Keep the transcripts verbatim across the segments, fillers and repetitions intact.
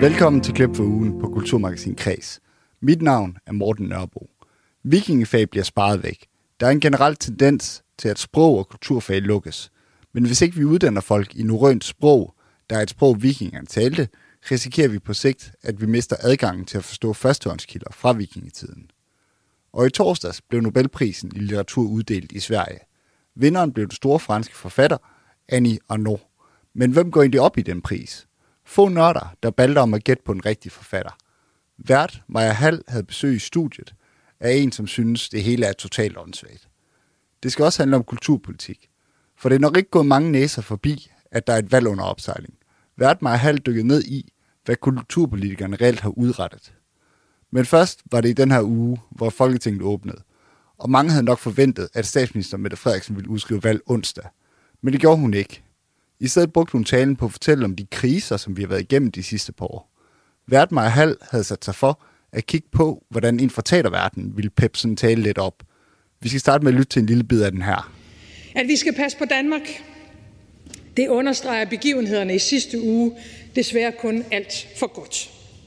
Velkommen til Klip for ugen på Kulturmagasin Kreds. Mit navn er Morten Nørbo. Vikingefag bliver sparet væk. Der er en generel tendens til, at sprog og kulturfag lukkes. Men hvis ikke vi uddanner folk i norrønt sprog, der er et sprog vikingerne talte, risikerer vi på sigt, at vi mister adgangen til at forstå førstehåndskilder fra vikingetiden. Og i torsdags blev Nobelprisen i litteratur uddelt i Sverige. Vinderen blev den store franske forfatter Annie Ernaux. Men hvem går egentlig op i den pris? Få nørder, der balder om at gætte på en rigtig forfatter. Vært Maja Hall havde besøg i studiet af en, som synes, det hele er totalt åndssvagt. Det skal også handle om kulturpolitik. For det er nok ikke gået mange næser forbi, at der er et valg under opsejling. Vært Maja Hall dykkede ned i, hvad kulturpolitikerne reelt har udrettet. Men først var det i den her uge, hvor Folketinget åbnede. Og mange havde nok forventet, at statsminister Mette Frederiksen ville udskrive valg onsdag. Men det gjorde hun ikke. I stedet brugte hun talen på at fortælle om de kriser, som vi har været igennem de sidste par år. Vært Maja Hall havde sat sig for at kigge på, hvordan en fra teaterverdenen ville peppe sådan en tale lidt op. Vi skal starte med at lytte til en lille bid af den her. At vi skal passe på Danmark, det understreger begivenhederne i sidste uge desværre kun alt for godt.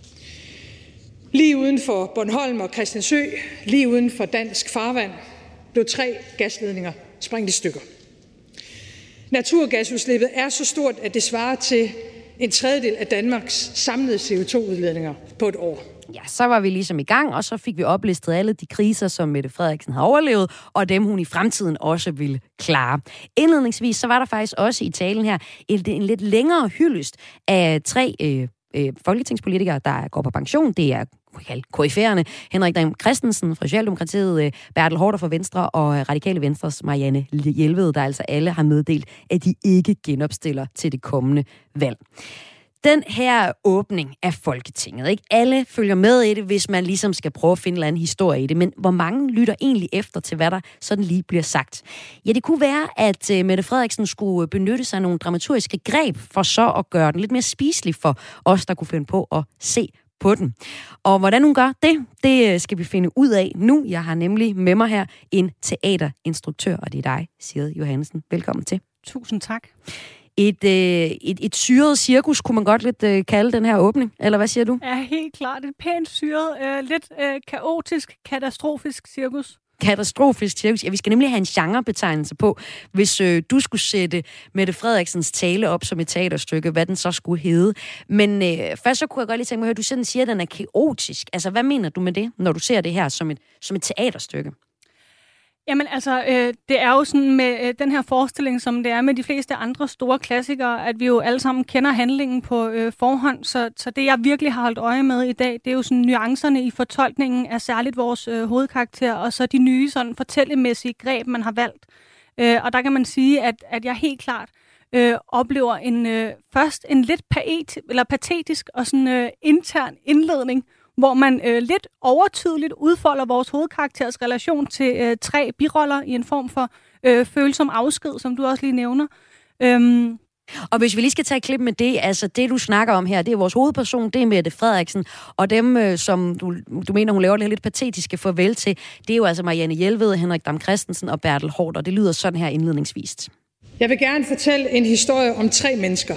Lige uden for Bornholm og Christiansø, lige uden for dansk farvand, blev tre gasledninger sprængt i stykker. Naturgasudslippet er så stort, at det svarer til en tredjedel af Danmarks samlede C O to udledninger på et år. Ja, så var vi ligesom i gang, og så fik vi oplistet alle de kriser, som Mette Frederiksen har overlevet, og dem hun i fremtiden også ville klare. Indledningsvis så var der faktisk også i talen her en, en lidt længere hyldest af tre øh, øh, folketingspolitikere, der går på pension. Det er K F'erne, Henrik Dam Kristensen fra Socialdemokratiet, Bertel Haarder fra Venstre og Radikale Venstres Marianne Jelved, der altså alle har meddelt, at de ikke genopstiller til det kommende valg. Den her åbning af Folketinget, ikke? Alle følger med i det, hvis man ligesom skal prøve at finde en eller anden historie i det, men hvor mange lytter egentlig efter til, hvad der sådan lige bliver sagt? Ja, det kunne være, at uh, Mette Frederiksen skulle benytte sig af nogle dramaturgiske greb, for så at gøre den lidt mere spiselig for os, der kunne finde på at se på den. Og hvordan hun gør det, det skal vi finde ud af nu. Jeg har nemlig med mig her en teaterinstruktør, og det er dig, Sigrid Johansen. Velkommen til. Tusind tak. Et, øh, et, et syret cirkus, kunne man godt lidt øh, kalde den her åbning, eller hvad siger du? Ja, helt klart. Et pænt syret, øh, lidt øh, kaotisk, katastrofisk cirkus. Katastrofisk cirkus. Ja, vi skal nemlig have en genrebetegnelse på, hvis øh, du skulle sætte Mette Frederiksens tale op som et teaterstykke, hvad den så skulle hedde. Men øh, først så kunne jeg godt lige tænke mig at høre, du sådan siger, at den er kaotisk. Altså, hvad mener du med det, når du ser det her som et, som et teaterstykke? Jamen altså, øh, det er jo sådan med øh, den her forestilling, som det er med de fleste andre store klassikere, at vi jo alle sammen kender handlingen på øh, forhånd. Så, så det, jeg virkelig har holdt øje med i dag, det er jo sådan nuancerne i fortolkningen af særligt vores øh, hovedkarakter, og så de nye sådan fortællemæssige greb, man har valgt. Øh, og der kan man sige, at, at jeg helt klart øh, oplever en øh, først en lidt paet, eller patetisk og sådan øh, intern indledning, hvor man øh, lidt overtydeligt udfolder vores hovedkarakters relation til øh, tre biroller i en form for øh, følsom afsked, som du også lige nævner. Øhm. Og hvis vi lige skal tage et klip med det, altså det du snakker om her, det er vores hovedperson, det er Mette Frederiksen, og dem, øh, som du, du mener, hun laver det lidt patetiske farvel til, det er jo altså Marianne Jelved, Henrik Dam Kristensen og Bertel Haarder. Det lyder sådan her indledningsvist. Jeg vil gerne fortælle en historie om tre mennesker.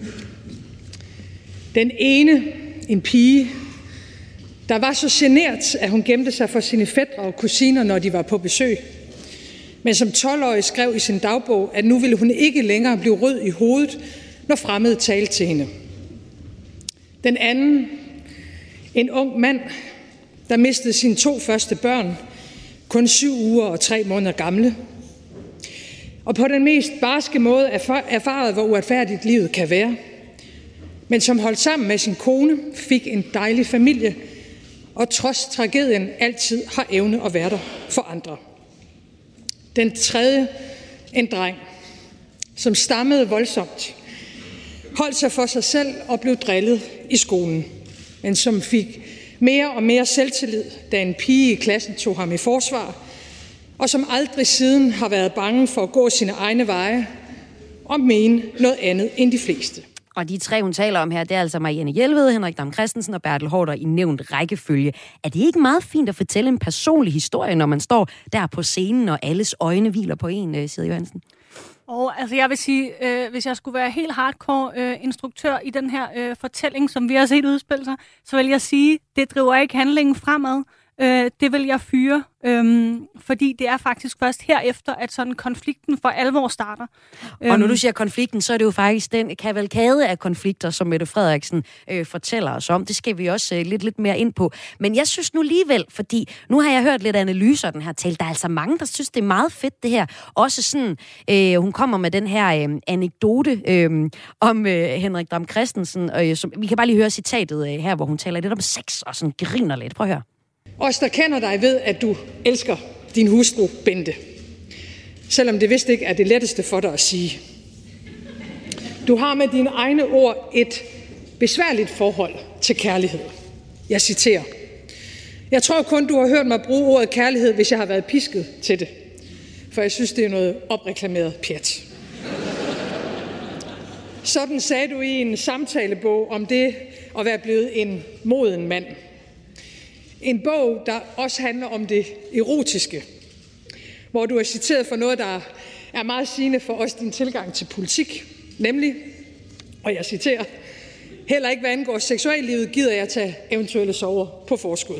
Den ene, en pige, der var så genert, at hun gemte sig for sine fætre og kusiner, når de var på besøg. Men som tolv-årig skrev i sin dagbog, at nu ville hun ikke længere blive rød i hovedet, når fremmede talte til hende. Den anden, en ung mand, der mistede sine to første børn, kun syv uger og tre måneder gamle. Og på den mest barske måde erfarede, hvor uretfærdigt livet kan være. Men som holdt sammen med sin kone, fik en dejlig familie, og trods tragedien altid har evne at være der for andre. Den tredje, en dreng, som stammede voldsomt, holdt sig for sig selv og blev drillet i skolen, men som fik mere og mere selvtillid, da en pige i klassen tog ham i forsvar, og som aldrig siden har været bange for at gå sine egne veje og mene noget andet end de fleste. Og de tre, hun taler om her, det er altså Marianne Jelved, Henrik Dam Kristensen og Bertel Haarder i nævnt rækkefølge. Er det ikke meget fint at fortælle en personlig historie, når man står der på scenen, og alles øjne hviler på en, Sigrid Johansen? Og altså jeg vil sige, øh, hvis jeg skulle være helt hardcore øh, instruktør i den her øh, fortælling, som vi har set udspille sig, så vil jeg sige, det driver ikke handlingen fremad. Øh, det vil jeg fyre, øh, fordi det er faktisk først herefter, at sådan konflikten for alvor starter. Og når du siger konflikten, så er det jo faktisk den kavalkade af konflikter, som Mette Frederiksen øh, fortæller os om. Det skal vi også øh, lidt, lidt mere ind på. Men jeg synes nu alligevel, fordi nu har jeg hørt lidt analyser af den her tale, der er altså mange, der synes, det er meget fedt det her. Også sådan, øh, hun kommer med den her øh, anekdote øh, om øh, Henrik Dam Kristensen. Øh, som, vi kan bare lige høre citatet øh, her, hvor hun taler lidt om sex og sådan griner lidt. Prøv at høre. Os, der kender dig, ved, at du elsker din hustru, Bente. Selvom det vist ikke er det letteste for dig at sige. Du har med dine egne ord et besværligt forhold til kærlighed. Jeg citerer. Jeg tror kun, du har hørt mig bruge ordet kærlighed, hvis jeg har været pisket til det. For jeg synes, det er noget opreklameret pjat. Sådan sagde du i en samtalebog om det at være blevet en moden mand. En bog, der også handler om det erotiske, hvor du er citeret for noget, der er meget sigende for os din tilgang til politik, nemlig, og jeg citerer, heller ikke hvad angår seksuallivet, gider jeg tage eventuelle sover på forskud.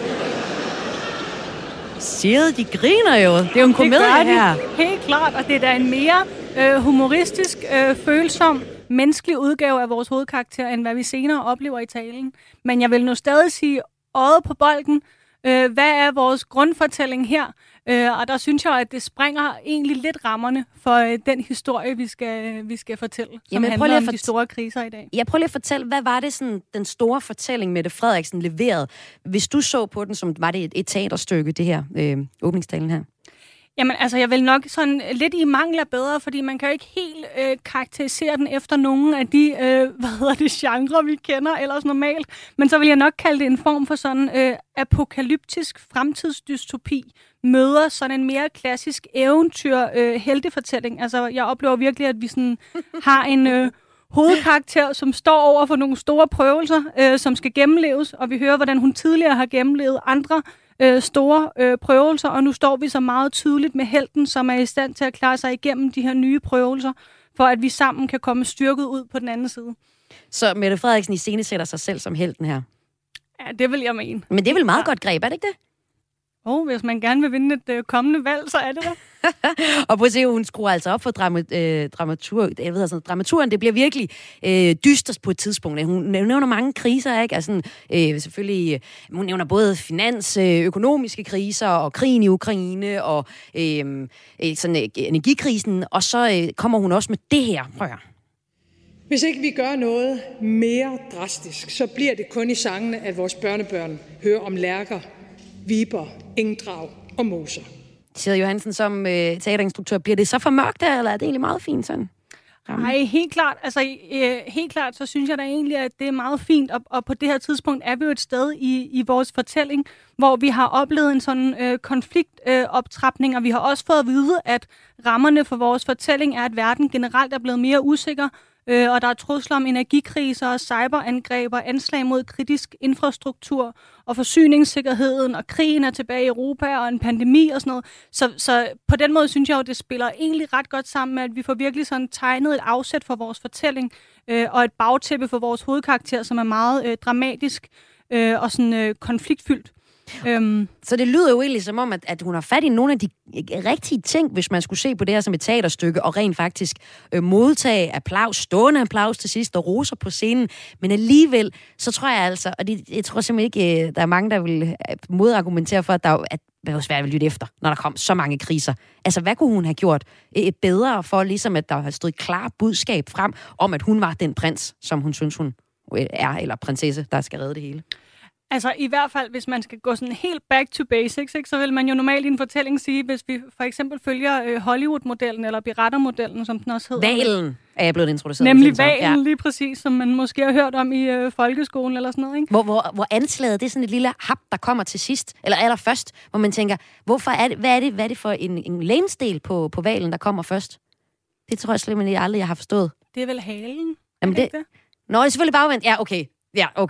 Siger de griner jo. Det er jo en komedie her. Helt klart, og det er da en mere øh, humoristisk, øh, følsom, menneskelig udgave af vores hovedkarakter, end hvad vi senere oplever i talen. Men jeg vil nu stadig sige, øjet på bolden. Øh, hvad er vores grundfortælling her? Øh, og der synes jeg, at det springer egentlig lidt rammerne for øh, den historie, vi skal, vi skal fortælle, som Jamen, handler om fort- de store kriser i dag. Jeg prøver lige at fortælle, hvad var det sådan, den store fortælling, Mette Frederiksen leverede? Hvis du så på den, som var det et, et teaterstykke, det her øh, åbningstalen her? Jamen, altså, jeg vil nok sådan lidt i mangel af bedre, fordi man kan jo ikke helt øh, karakterisere den efter nogle af de, øh, hvad hedder det, genre, vi kender ellers normalt. Men så vil jeg nok kalde det en form for sådan øh, apokalyptisk fremtidsdystopi, møder sådan en mere klassisk eventyr-heltefortælling. Øh, altså, jeg oplever virkelig, at vi sådan har en øh, hovedkarakter, som står over for nogle store prøvelser, øh, som skal gennemleves, og vi hører, hvordan hun tidligere har gennemlevet andre Øh, store øh, prøvelser, og nu står vi så meget tydeligt med helten, som er i stand til at klare sig igennem de her nye prøvelser, for at vi sammen kan komme styrket ud på den anden side. Så Mette Frederiksen iscenesætter sig selv som helten her? Ja, det vil jeg mene. Men det er vel meget ja. godt greb, er det ikke det? Åh, oh, hvis man gerne vil vinde et øh, kommende valg, så er det det. Og prøv at se, hun skruer altså op for drama- øh, dramatur, jeg ved, altså, dramaturen. Det bliver virkelig øh, dystert på et tidspunkt. Hun nævner mange kriser, ikke? Altså, øh, selvfølgelig, øh, hun nævner både finans, øh, økonomiske kriser, og krigen i Ukraine, og øh, øh, sådan, øh, energikrisen. Og så øh, kommer hun også med det her. Prøv at. Hvis ikke vi gør noget mere drastisk, så bliver det kun i sangene, at vores børnebørn hører om lærker, viber, engdrag og moser. Siger Johansen som øh, teaterinstruktør, bliver det så for mørkt der, eller er det egentlig meget fint sådan? Nej, helt klart. Altså, øh, helt klart, så synes jeg da egentlig, at det er meget fint, og, og på det her tidspunkt er vi jo et sted i, i vores fortælling, hvor vi har oplevet en sådan øh, konfliktoptrapning, øh, og vi har også fået at vide, at rammerne for vores fortælling er, at verden generelt er blevet mere usikker, øh, og der er trusler om energikriser og cyberangreb og anslag mod kritisk infrastruktur og forsyningssikkerheden, og krigen er tilbage i Europa og en pandemi og sådan noget. Så, så på den måde synes jeg jo, det spiller egentlig ret godt sammen med, at vi får virkelig sådan tegnet et afsæt for vores fortælling øh, og et bagtæppe for vores hovedkarakter, som er meget øh, dramatisk øh, og sådan øh, konfliktfyldt. Øhm. Så det lyder jo egentlig som om, at, at hun har fat i nogle af de rigtige ting, hvis man skulle se på det her som et teaterstykke, og rent faktisk øh, modtage applaus, stående applaus til sidst, og roser på scenen. Men alligevel, så tror jeg altså, og det, jeg tror simpelthen ikke, der er mange, der vil modargumentere for, at der at det var svært at lytte efter, når der kom så mange kriser. Altså, hvad kunne hun have gjort et bedre for, ligesom at der har stået klar budskab frem, om at hun var den prins, som hun synes, hun er, eller prinsesse, der skal redde det hele? Altså i hvert fald, hvis man skal gå sådan helt back to basics, ikke, så vil man jo normalt i en fortælling sige, hvis vi for eksempel følger øh, Hollywood-modellen, eller Pirater-modellen, som den også hedder. Valen er jeg blevet introduceret. Nemlig Valen, ja. Lige præcis, som man måske har hørt om i øh, folkeskolen eller sådan noget. Ikke? Hvor, hvor, hvor anslaget, det er sådan et lille hap, der kommer til sidst, eller allerførst, hvor man tænker, hvorfor er det, hvad, er det, hvad er det for en, en lænsdel på, på Valen, der kommer først? Det tror jeg slet ikke aldrig, jeg har forstået. Det er vel halen? Jamen er det, det? Nå, det er selvfølgelig bagvendt. Ja, okay. Ja, okay.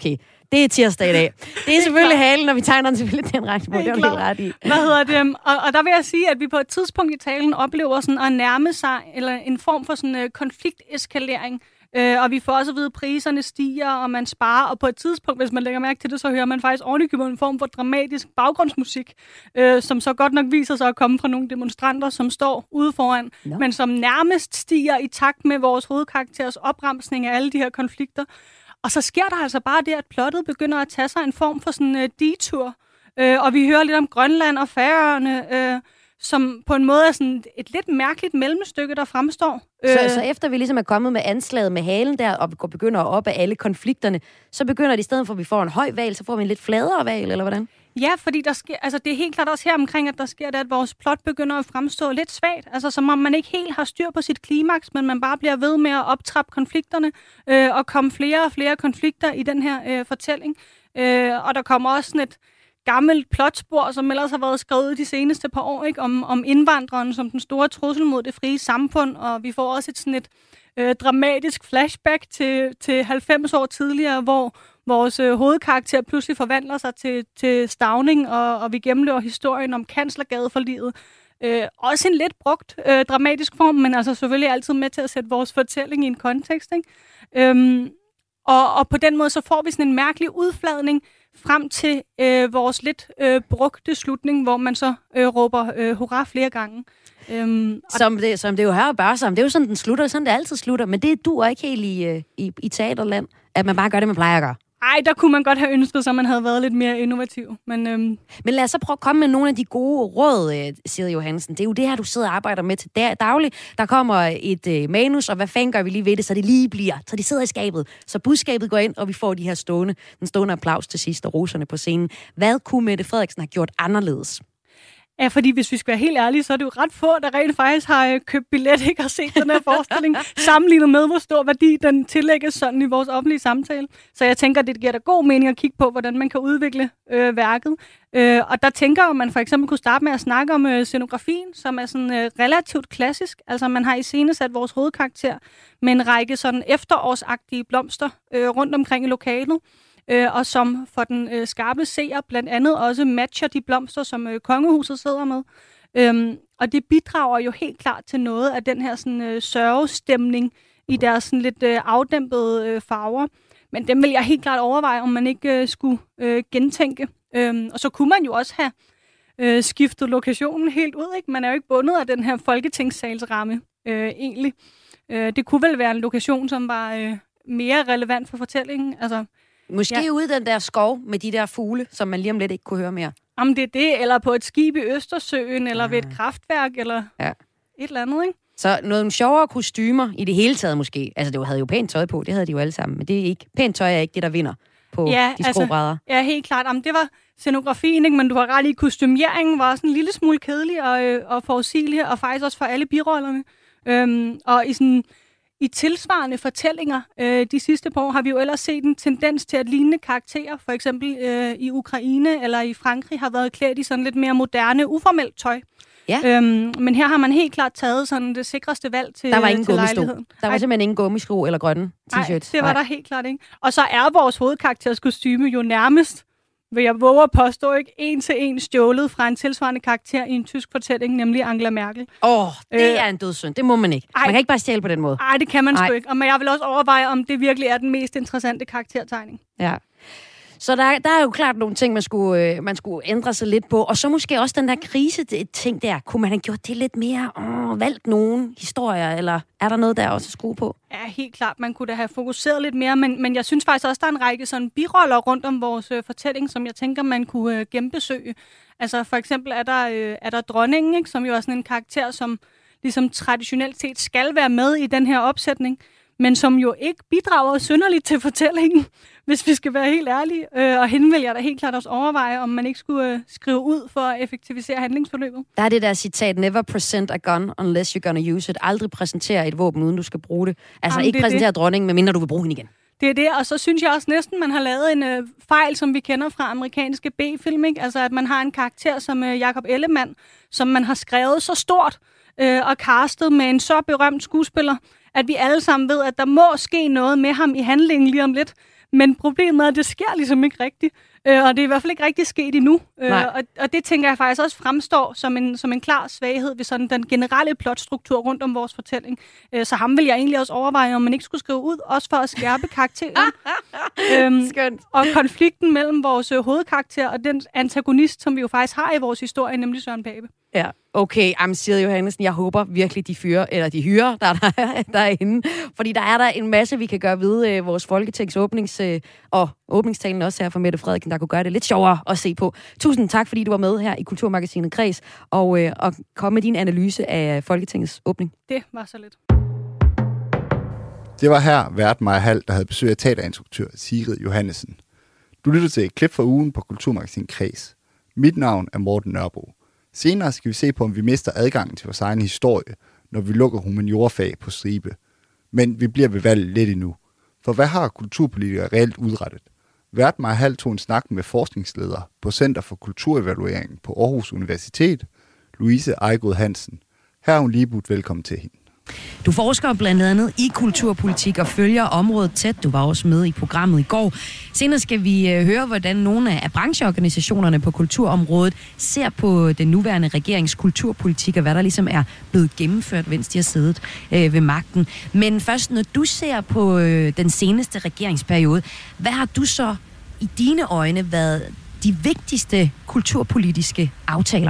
Det er tirsdag i dag. Det er selvfølgelig halen, når vi tegner den selvfølgelig den regnbue. Det er jo helt ret i. Hvad hedder det? Og, og der vil jeg sige, at vi på et tidspunkt i talen oplever sådan at nærme sig, eller en form for sådan uh, konflikteskalering. Uh, og vi får også at vide, at priserne stiger, og man sparer. Og på et tidspunkt, hvis man lægger mærke til det, så hører man faktisk ordentligt en form for dramatisk baggrundsmusik, uh, som så godt nok viser sig at komme fra nogle demonstranter, som står ude foran, no. men som nærmest stiger i takt med vores hovedkarakteres opremsning af alle de her konflikter. Og så sker der altså bare det, at plottet begynder at tage sig en form for sådan en uh, detur. Uh, og vi hører lidt om Grønland og Færøerne, uh, som på en måde er sådan et lidt mærkeligt mellemstykke, der fremstår. Så, uh, så efter vi ligesom er kommet med anslaget med halen der, og begynder at op af alle konflikterne, så begynder det i stedet for, at vi får en høj val, så får vi en lidt fladere val, eller hvordan? Ja, fordi der sker, altså det er helt klart også her omkring, at der sker det, at vores plot begynder at fremstå lidt svagt. Altså som om man ikke helt har styr på sit klimaks, men man bare bliver ved med at optrappe konflikterne, øh, og komme flere og flere konflikter i den her øh, fortælling. Øh, og der kommer også sådan et gammelt plotspor, som ellers har været skrevet de seneste par år, ikke? Om, om indvandreren som den store trussel mod det frie samfund, og vi får også et sådan et øh, dramatisk flashback til, til halvfems år tidligere, hvor vores øh, hovedkarakter pludselig forvandler sig til, til Stauning, og, og vi gennemlever historien om Kanslergadeforliget. Øh, også en lidt brugt øh, dramatisk form, men altså selvfølgelig altid med til at sætte vores fortælling i en kontekst, ikke? Øhm, og, og på den måde så får vi sådan en mærkelig udfladning frem til øh, vores lidt øh, brugte slutning, hvor man så øh, råber øh, hurra flere gange. Øhm, som, det, som det jo her bare sammen. Det er jo sådan, den slutter, sådan det altid slutter, men det duer ikke helt i, i, i teaterland, at man bare gør det, man plejer at gøre. Ej, der kunne man godt have ønsket sig, at man havde været lidt mere innovativ. Men, øhm... men lad os så prøve at komme med nogle af de gode råd, Siri Johansen. Det er jo det her, du sidder og arbejder med til daglig. Der kommer et øh, manus, og hvad fanden gør vi lige ved det, så det lige bliver. Så de sidder i skabet, så budskabet går ind, og vi får de her stående, den stående applaus til sidst, og roserne på scenen. Hvad kunne Mette Frederiksen have gjort anderledes? Ja, fordi hvis vi skal være helt ærlige, så er det jo ret få, der rent faktisk har øh, købt billet, ikke, og set den her forestilling, sammenlignet med, hvor stor værdi den tillægges sådan i vores offentlige samtale. Så jeg tænker, det giver da god mening at kigge på, hvordan man kan udvikle øh, værket. Øh, og der tænker jeg, at man for eksempel kunne starte med at snakke om øh, scenografien, som er sådan øh, relativt klassisk. Altså man har iscenesat vores hovedkarakter med en række sådan efterårsagtige blomster øh, rundt omkring i lokalet. Øh, og som for den øh, skarpe seer blandt andet også matcher de blomster, som øh, kongehuset sidder med. Øhm, og det bidrager jo helt klart til noget af den her sådan, øh, sørgestemning i deres sådan, lidt øh, afdæmpede øh, farver. Men dem vil jeg helt klart overveje, om man ikke øh, skulle øh, gentænke. Øhm, og så kunne man jo også have øh, skiftet lokationen helt ud, ikke? Man er jo ikke bundet af den her folketingssalsramme øh, egentlig. Øh, det kunne vel være en lokation, som var øh, mere relevant for fortællingen. Altså, Måske ja. Ude i den der skov med de der fugle, som man lige om lidt ikke kunne høre mere. Om det er det, eller på et skib i Østersøen, eller ja. ved et kraftværk, eller ja. et eller andet, ikke? Så nogle sjovere kostymer i det hele taget måske. Altså, det havde jo pænt tøj på, det havde de jo alle sammen. Men det er ikke, pænt tøj er ikke det, der vinder på ja, de skrobrædder. Altså, ja, helt klart. Jamen, det var scenografien, ikke? Men du har ret i, kostymeringen var sådan en lille smule kedelig og, øh, og forudsigelig, og faktisk også for alle birollerne. Øhm, og i sådan... I tilsvarende fortællinger øh, de sidste par år har vi jo ellers set en tendens til, at lignende karakterer, for eksempel øh, i Ukraine eller i Frankrig, har været klædt i sådan lidt mere moderne, uformelt tøj. Ja. Øhm, men her har man helt klart taget sådan det sikreste valg til Der var ingen til lejligheden. Der var Ej. simpelthen ingen gummisko eller grønne t-shirts. Nej, det var Ej. der helt klart ikke. Og så er vores hovedkarakters kostyme jo nærmest, vil jeg våge at påstå, ikke en til en stjålet fra en tilsvarende karakter i en tysk fortælling, nemlig Angela Merkel. Åh, oh, det øh, er en dødssynd. Det må man ikke. Ej, man kan ikke bare stjæle på den måde. Nej, det kan man Ej. sgu ikke. Og jeg vil også overveje, om det virkelig er den mest interessante karaktertegning. Ja. Så der, der er jo klart nogle ting, man skulle, øh, man skulle ændre sig lidt på. Og så måske også den der krise-ting der. Kunne man have gjort det lidt mere? Åh, valgt nogle historier? Eller er der noget, der også at skrue på? Ja, helt klart. Man kunne da have fokuseret lidt mere. Men, men jeg synes faktisk også, der er en række sådan biroller rundt om vores øh, fortælling, som jeg tænker, man kunne øh, genbesøge. Altså for eksempel er der, øh, er der dronningen, ikke? Som jo er sådan en karakter, som ligesom traditionelt set skal være med i den her opsætning, men som jo ikke bidrager synderligt til fortællingen, hvis vi skal være helt ærlige. Øh, og hende vil jeg da helt klart også overveje, om man ikke skulle øh, skrive ud for at effektivisere handlingsforløbet. Der er det der citat, never present a gun unless you're gonna use it. Aldrig præsentere et våben, uden du skal bruge det. Altså Jamen, ikke præsentere det. dronningen, medmindre du vil bruge hende igen. Det er det, og så synes jeg også næsten, man har lavet en øh, fejl, som vi kender fra amerikanske B-film, ikke? Altså at man har en karakter som øh, Jakob Ellemann, som man har skrevet så stort øh, og castet med en så berømt skuespiller, at vi alle sammen ved, at der må ske noget med ham i handlingen lige om lidt. Men problemet er, at det sker ligesom ikke rigtigt. Øh, og det er i hvert fald ikke rigtig sket endnu. Øh, og, og det tænker jeg faktisk også fremstår som en, som en klar svaghed ved sådan den generelle plotstruktur rundt om vores fortælling. Øh, så ham vil jeg egentlig også overveje, om man ikke skulle skrive ud, også for at skærpe karakteren. øhm, Skønt. Og konflikten mellem vores øh, hovedkarakter og den antagonist, som vi jo faktisk har i vores historie, nemlig Søren Pape. Ja, okay. Jamen, siger Johannesen, jeg håber virkelig, de fyrer, eller de hyrer, der er der, derinde. Fordi der er der en masse, vi kan gøre ved øh, vores Folketings åbnings, øh, og åbningstalen også her fra Mette Frederiksen, der kunne gøre det lidt sjovere at se på. Tusind tak, fordi du var med her i Kulturmagasinet Kreds, og, øh, og kom med din analyse af Folketingets åbning. Det var så lidt. Det var her vært Maja Hall, der havde besøg af teaterinstruktør Sigrid Johannesen. Du lytter til et klip fra ugen på Kulturmagasinet Kreds. Mit navn er Morten Nørbo. Senere skal vi se på, om vi mister adgangen til vores egen historie, når vi lukker humaniorafag på stribe. Men vi bliver ved valget lidt endnu. For hvad har kulturpolitikere reelt udrettet? Vært Maja Hall tog en snak med forskningsleder på Center for Kulturevaluering på Aarhus Universitet, Louise Ejgod Hansen. Her er hun lige budt velkommen til hende. Du forsker blandt andet i kulturpolitik og følger området tæt. Du var også med i programmet i går. Senere skal vi høre, hvordan nogle af brancheorganisationerne på kulturområdet ser på den nuværende regerings kulturpolitik, og hvad der ligesom er blevet gennemført, mens de har siddet øh, ved magten. Men først, når du ser på øh, den seneste regeringsperiode, hvad har du så i dine øjne været de vigtigste kulturpolitiske aftaler?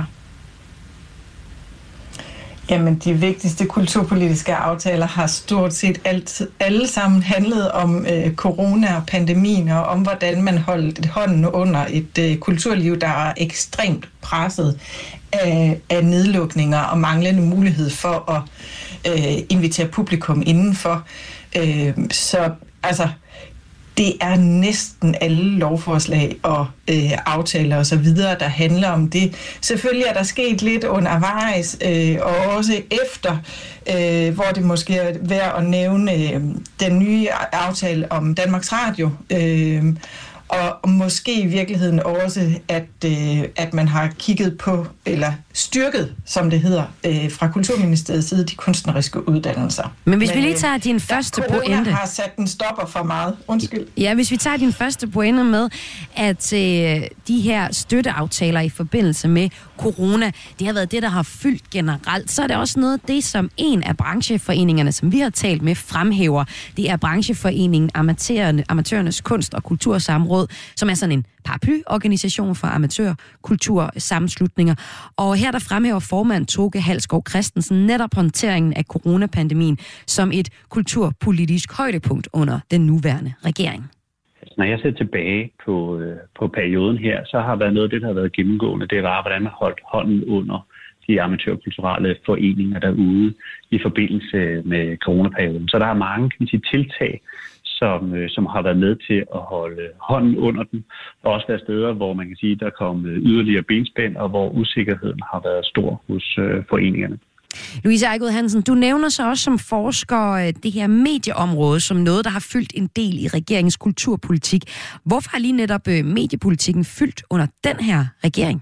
Jamen, de vigtigste kulturpolitiske aftaler har stort set alt, alle sammen handlet om øh, corona og pandemien, og om hvordan man holdt hånden under et øh, kulturliv, der er ekstremt presset af, af nedlukninger og manglende mulighed for at øh, invitere publikum indenfor. Øh, så altså... Det er næsten alle lovforslag og øh, aftaler og så videre, der handler om det. Selvfølgelig er der sket lidt undervejs, øh, og også efter, øh, hvor det måske er værd at nævne øh, den nye aftale om Danmarks Radio, øh, og, og måske i virkeligheden også, at, øh, at man har kigget på, eller styrket, som det hedder, øh, fra Kulturministeriets side, de kunstneriske uddannelser. Men hvis Men, vi lige tager din første corona pointe... Corona har sat en stopper for meget. Undskyld. Ja, hvis vi tager din første pointe med, at øh, de her støtteaftaler i forbindelse med corona, det har været det, der har fyldt generelt, så er det også noget af det, som en af brancheforeningerne, som vi har talt med, fremhæver. Det er brancheforeningen Amatørerne, Amatørernes Kunst- og Kultursamråd, som er sådan en paraplyorganisation for amatørkultursammenslutninger. Og her der fremhæver formand Toke Halskov Christensen netop håndteringen af coronapandemien som et kulturpolitisk højdepunkt under den nuværende regering. Når jeg ser tilbage på, øh, på perioden her, så har været noget af det, der har været gennemgående. Det var, hvordan man holdt hånden under de amatørkulturelle foreninger derude i forbindelse med coronaperioden. Så der er mange, kan man sige, tiltag, som, øh, som har været med til at holde hånden under den. Der har også været steder, hvor man kan sige, der kom yderligere benspænd, og hvor usikkerheden har været stor hos øh, foreningerne. Louise Ejgod Hansen, du nævner så også som forsker det her medieområde som noget, der har fyldt en del i regeringens kulturpolitik. Hvorfor har lige netop mediepolitikken fyldt under den her regering?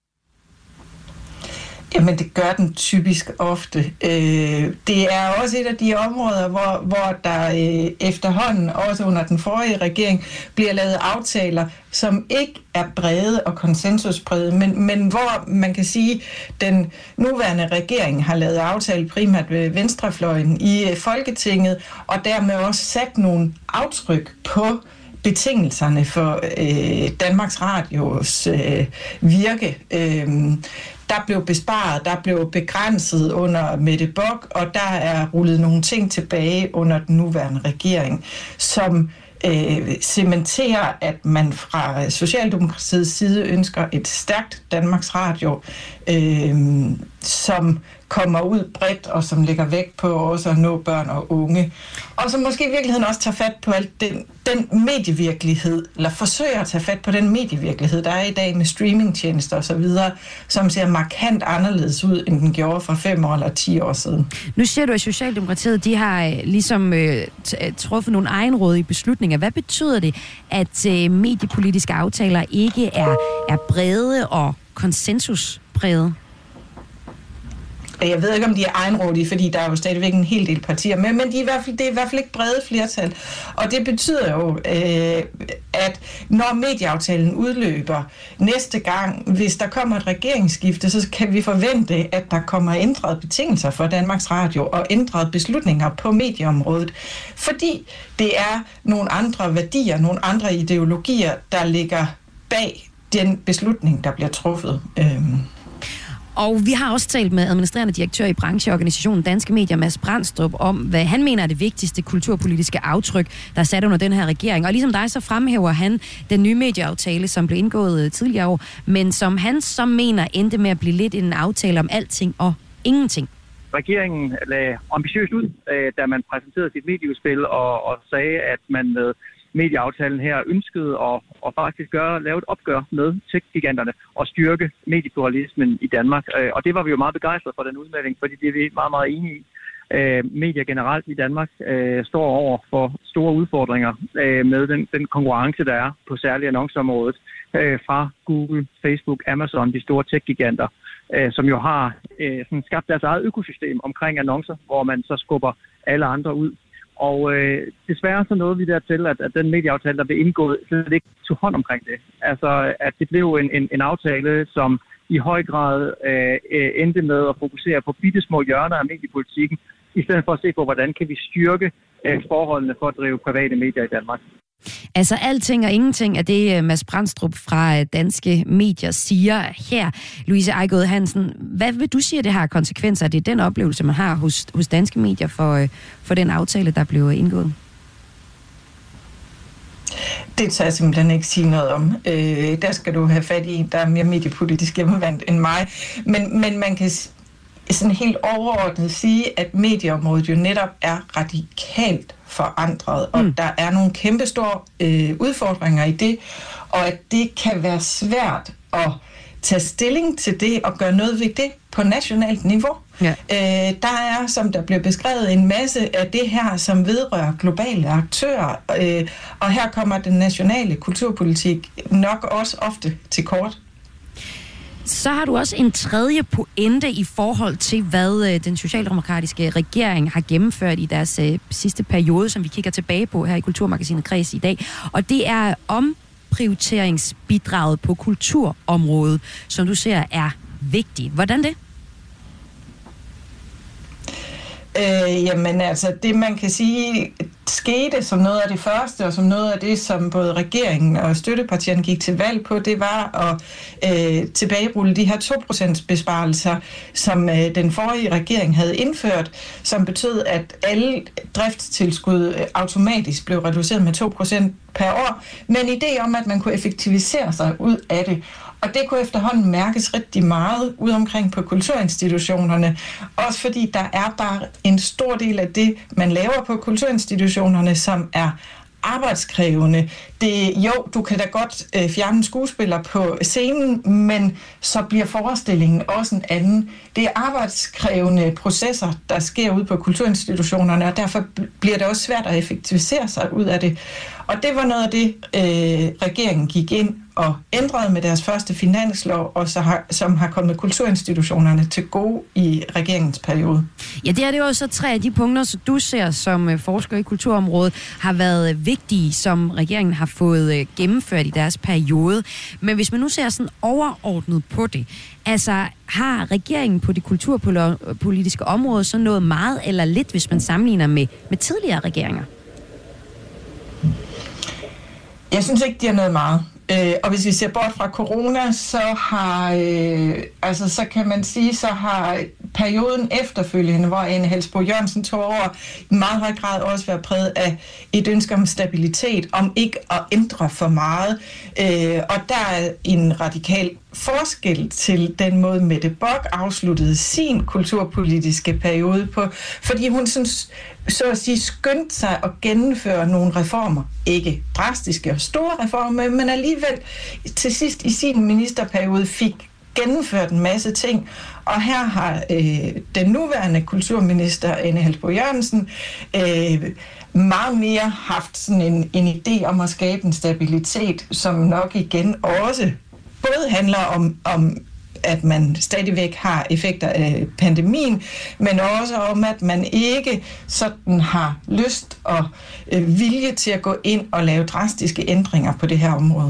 Jamen, det gør den typisk ofte. Øh, det er også et af de områder, hvor, hvor der øh, efterhånden, også under den forrige regering, bliver lavet aftaler, som ikke er brede og konsensusbrede, men, men hvor man kan sige, at den nuværende regering har lavet aftale primært ved venstrefløjen i øh, Folketinget, og dermed også sat nogle aftryk på betingelserne for øh, Danmarks Radios øh, virke. Øh, Der blev besparet, der blev begrænset under Mette Bock, og der er rullet nogle ting tilbage under den nuværende regering, som øh, cementerer, at man fra Socialdemokratiets side ønsker et stærkt Danmarks Radio, øh, som kommer ud bredt, og som lægger vægt på også at nå børn og unge. Og som måske i virkeligheden også tager fat på alt den, den medievirkelighed, eller forsøger at tage fat på den medievirkelighed, der er i dag med streamingtjenester osv., som ser markant anderledes ud, end den gjorde for fem år eller ti år siden. Nu siger du, at Socialdemokratiet de har ligesom øh, truffet nogle egenrådige beslutninger. Hvad betyder det, at øh, mediepolitiske aftaler ikke er, er brede og konsensusbrede? Jeg ved ikke, om de er egenrådige, fordi der er jo stadigvæk en hel del partier med, men de er i hvert fald, det er i hvert fald ikke brede flertal. Og det betyder jo, øh, at når medieaftalen udløber næste gang, hvis der kommer et regeringsskifte, så kan vi forvente, at der kommer ændrede betingelser for Danmarks Radio og ændrede beslutninger på medieområdet. Fordi det er nogle andre værdier, nogle andre ideologier, der ligger bag den beslutning, der bliver truffet. Øhm. Og vi har også talt med administrerende direktør i brancheorganisationen Danske Medier, Mads Brandstrup, om hvad han mener er det vigtigste kulturpolitiske aftryk, der er sat under den her regering. Og ligesom dig, så fremhæver han den nye medieaftale, som blev indgået tidligere år, men som han så mener endte med at blive lidt en aftale om alting og ingenting. Regeringen lagde ambitiøst ud, da man præsenterede sit medieudspil og, og sagde, at man med medieaftalen her ønskede at, at faktisk gøre, lave et opgør med tech-giganterne og styrke mediepluralismen i Danmark. Og det var vi jo meget begejstrede for, den udmelding, fordi det er vi meget, meget enige i. Medier generelt i Danmark øh, står over for store udfordringer øh, med den, den konkurrence, der er på særligt annonceområdet øh, fra Google, Facebook, Amazon, de store tech-giganter, øh, som jo har øh, sådan skabt deres eget økosystem omkring annoncer, hvor man så skubber alle andre ud. Og øh, desværre så nåede vi dertil, at, at den medieaftale, der blev indgået, slet ikke tog hånd omkring det. Altså, at det blev en, en, en aftale, som i høj grad øh, endte med at fokusere på bittesmå hjørner af mediepolitikken, i stedet for at se på, hvordan kan vi styrke øh, forholdene for at drive private medier i Danmark. Altså alting og ingenting af det, Mads Brandstrup fra Danske Medier siger her. Louise Ejgaard Hansen, hvad vil du sige, at det har konsekvenser? Det er den oplevelse, man har hos, hos Danske Medier for, for den aftale, der blev indgået? Det tager jeg simpelthen ikke sige noget om. Øh, der skal du have fat i en, der er mere mediepolitisk hjemmevandt end mig. Men, men man kan sådan helt overordnet sige, at medieområdet jo netop er radikalt forandret, og mm. der er nogle kæmpestore øh, udfordringer i det, og at det kan være svært at tage stilling til det og gøre noget ved det på nationalt niveau. Ja. Øh, der er, som der bliver beskrevet, en masse af det her, som vedrører globale aktører, øh, og her kommer den nationale kulturpolitik nok også ofte til kort. Så har du også en tredje pointe i forhold til, hvad den socialdemokratiske regering har gennemført i deres øh, sidste periode, som vi kigger tilbage på her i Kulturmagasinet Kreds i dag. Og det er omprioriteringsbidraget på kulturområdet, som du ser er vigtigt. Hvordan det? Øh, jamen altså, det man kan sige skete som noget af det første, og som noget af det, som både regeringen og støttepartierne gik til valg på, det var at øh, tilbagerulle de her to procent besparelser, som øh, den forrige regering havde indført, som betød, at alle driftstilskud automatisk blev reduceret med to procent per år, med en idé om, at man kunne effektivisere sig ud af det. Og det kunne efterhånden mærkes rigtig meget ud omkring på kulturinstitutionerne, også fordi der er bare en stor del af det, man laver på kulturinstitutionerne, som er arbejdskrævende. Det, jo, du kan da godt øh, fjerne en skuespiller på scenen, men så bliver forestillingen også en anden. Det er arbejdskrævende processer, der sker ude på kulturinstitutionerne, og derfor bliver det også svært at effektivisere sig ud af det. Og det var noget af det, øh, regeringen gik ind og ændrede med deres første finanslov, og så har, som har kommet kulturinstitutionerne til gode i regeringens periode. Ja, det er det jo så tre af de punkter, som du ser som forsker i kulturområdet, har været vigtige, som regeringen har fået gennemført i deres periode. Men hvis man nu ser sådan overordnet på det, altså har regeringen på det kulturpolitiske område så noget meget eller lidt, hvis man sammenligner med, med tidligere regeringer? Jeg synes ikke, de har noget meget. Øh, og hvis vi ser bort fra corona, så har, øh, altså så kan man sige, så har perioden efterfølgende, hvor Ane Halsboe Jørgensen tog over, i meget høj grad også været præget af et ønske om stabilitet, om ikke at ændre for meget. Øh, og der er en radikal forskel til den måde, Mette Bock afsluttede sin kulturpolitiske periode på, fordi hun synes, så at sige, skyndte sig at gennemføre nogle reformer. Ikke drastiske og store reformer, men alligevel til sidst i sin ministerperiode fik gennemført en masse ting. Og her har øh, den nuværende kulturminister, Ane Halsboe Jørgensen, øh, meget mere haft sådan en, en idé om at skabe en stabilitet, som nok igen også både handler om, om at man stadigvæk har effekter af pandemien, men også om, at man ikke sådan har lyst og øh, vilje til at gå ind og lave drastiske ændringer på det her område.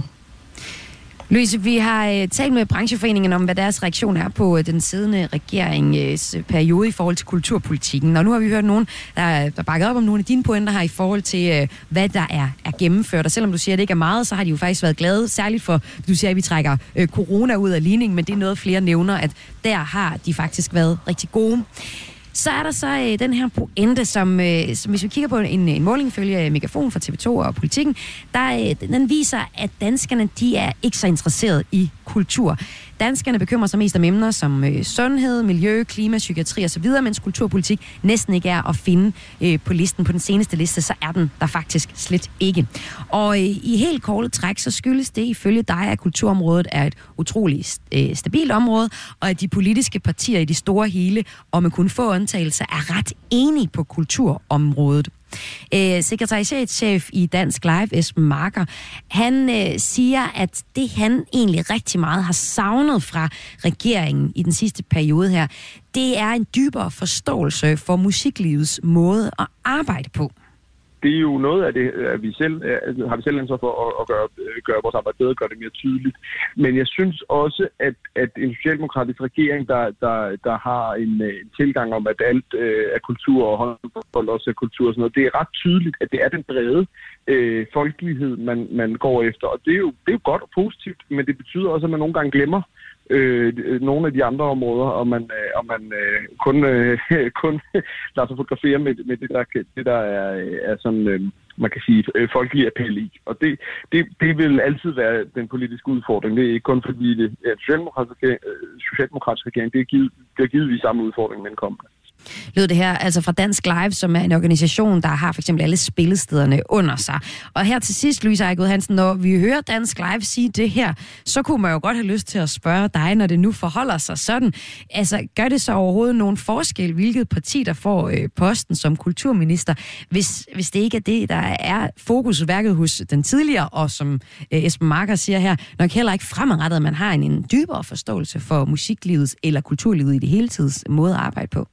Louise, vi har øh, talt med brancheforeningen om, hvad deres reaktion er på øh, den siddende regerings øh, periode i forhold til kulturpolitikken. Og nu har vi hørt nogen, der, der bakker op om nogle af dine pointer her i forhold til, øh, hvad der er, er gennemført. Og selvom du siger, at det ikke er meget, så har de jo faktisk været glade, særligt for, du siger, at vi trækker øh, corona ud af ligningen, men det er noget, flere nævner, at der har de faktisk været rigtig gode. Så er der så øh, den her pointe, som, øh, som hvis vi kigger på en, en måling følge Megafon fra T V to og Politikken, der, øh, den viser, at danskerne de er ikke så interesserede i kultur. Danskerne bekymrer sig mest om emner som øh, sundhed, miljø, klima, psykiatri osv., mens kulturpolitik næsten ikke er at finde øh, på listen. På den seneste liste, så er den der faktisk slet ikke. Og øh, i helt korte træk, så skyldes det ifølge dig, at kulturområdet er et utroligt øh, stabilt område, og at de politiske partier i de store hele, og med kun få undtagelser, er ret enige på kulturområdet. Øh, sekretariatschef i Dansk Live, Esben Marker, han øh, siger, at det han egentlig rigtig meget har savnet fra regeringen i den sidste periode her, det er en dybere forståelse for musiklivets måde at arbejde på. Det er jo noget af det, at vi selv har vi selv ansvar for at, at gøre, gøre vores arbejde bedre, gøre det mere tydeligt. Men jeg synes også, at, at en socialdemokratisk regering, der, der, der har en, en tilgang om, at alt øh, er kultur og håndbold også er kultur og sådan noget, det er ret tydeligt, at det er den brede øh, folkelighed, man, man går efter. Og det er, jo, det er jo godt og positivt, men det betyder også, at man nogle gange glemmer Øh, nogle af de andre områder, og man, øh, og man øh, kun, øh, kun lader sig fotografere med, med det, der, det, der er, er sådan, øh, man kan sige, øh, folkelig appel i. Og det, det, det vil altid være den politiske udfordring. Det er ikke kun fordi det er socialdemokratisk, socialdemokratisk regering, det er givet, det er givetvis samme udfordring, men kommende. Lød det her altså fra Dansk Live, som er en organisation, der har for eksempel alle spillestederne under sig. Og her til sidst, Louise Ejgod Hansen, når vi hører Dansk Live sige det her, så kunne man jo godt have lyst til at spørge dig, når det nu forholder sig sådan. Altså, gør det så overhovedet nogen forskel, hvilket parti, der får øh, posten som kulturminister, hvis, hvis det ikke er det, der er fokusværket hos den tidligere, og som øh, Esben Marker siger her, nok heller ikke fremadrettet, at man har en, en dybere forståelse for musiklivets eller kulturlivet i det hele tids måde at arbejde på?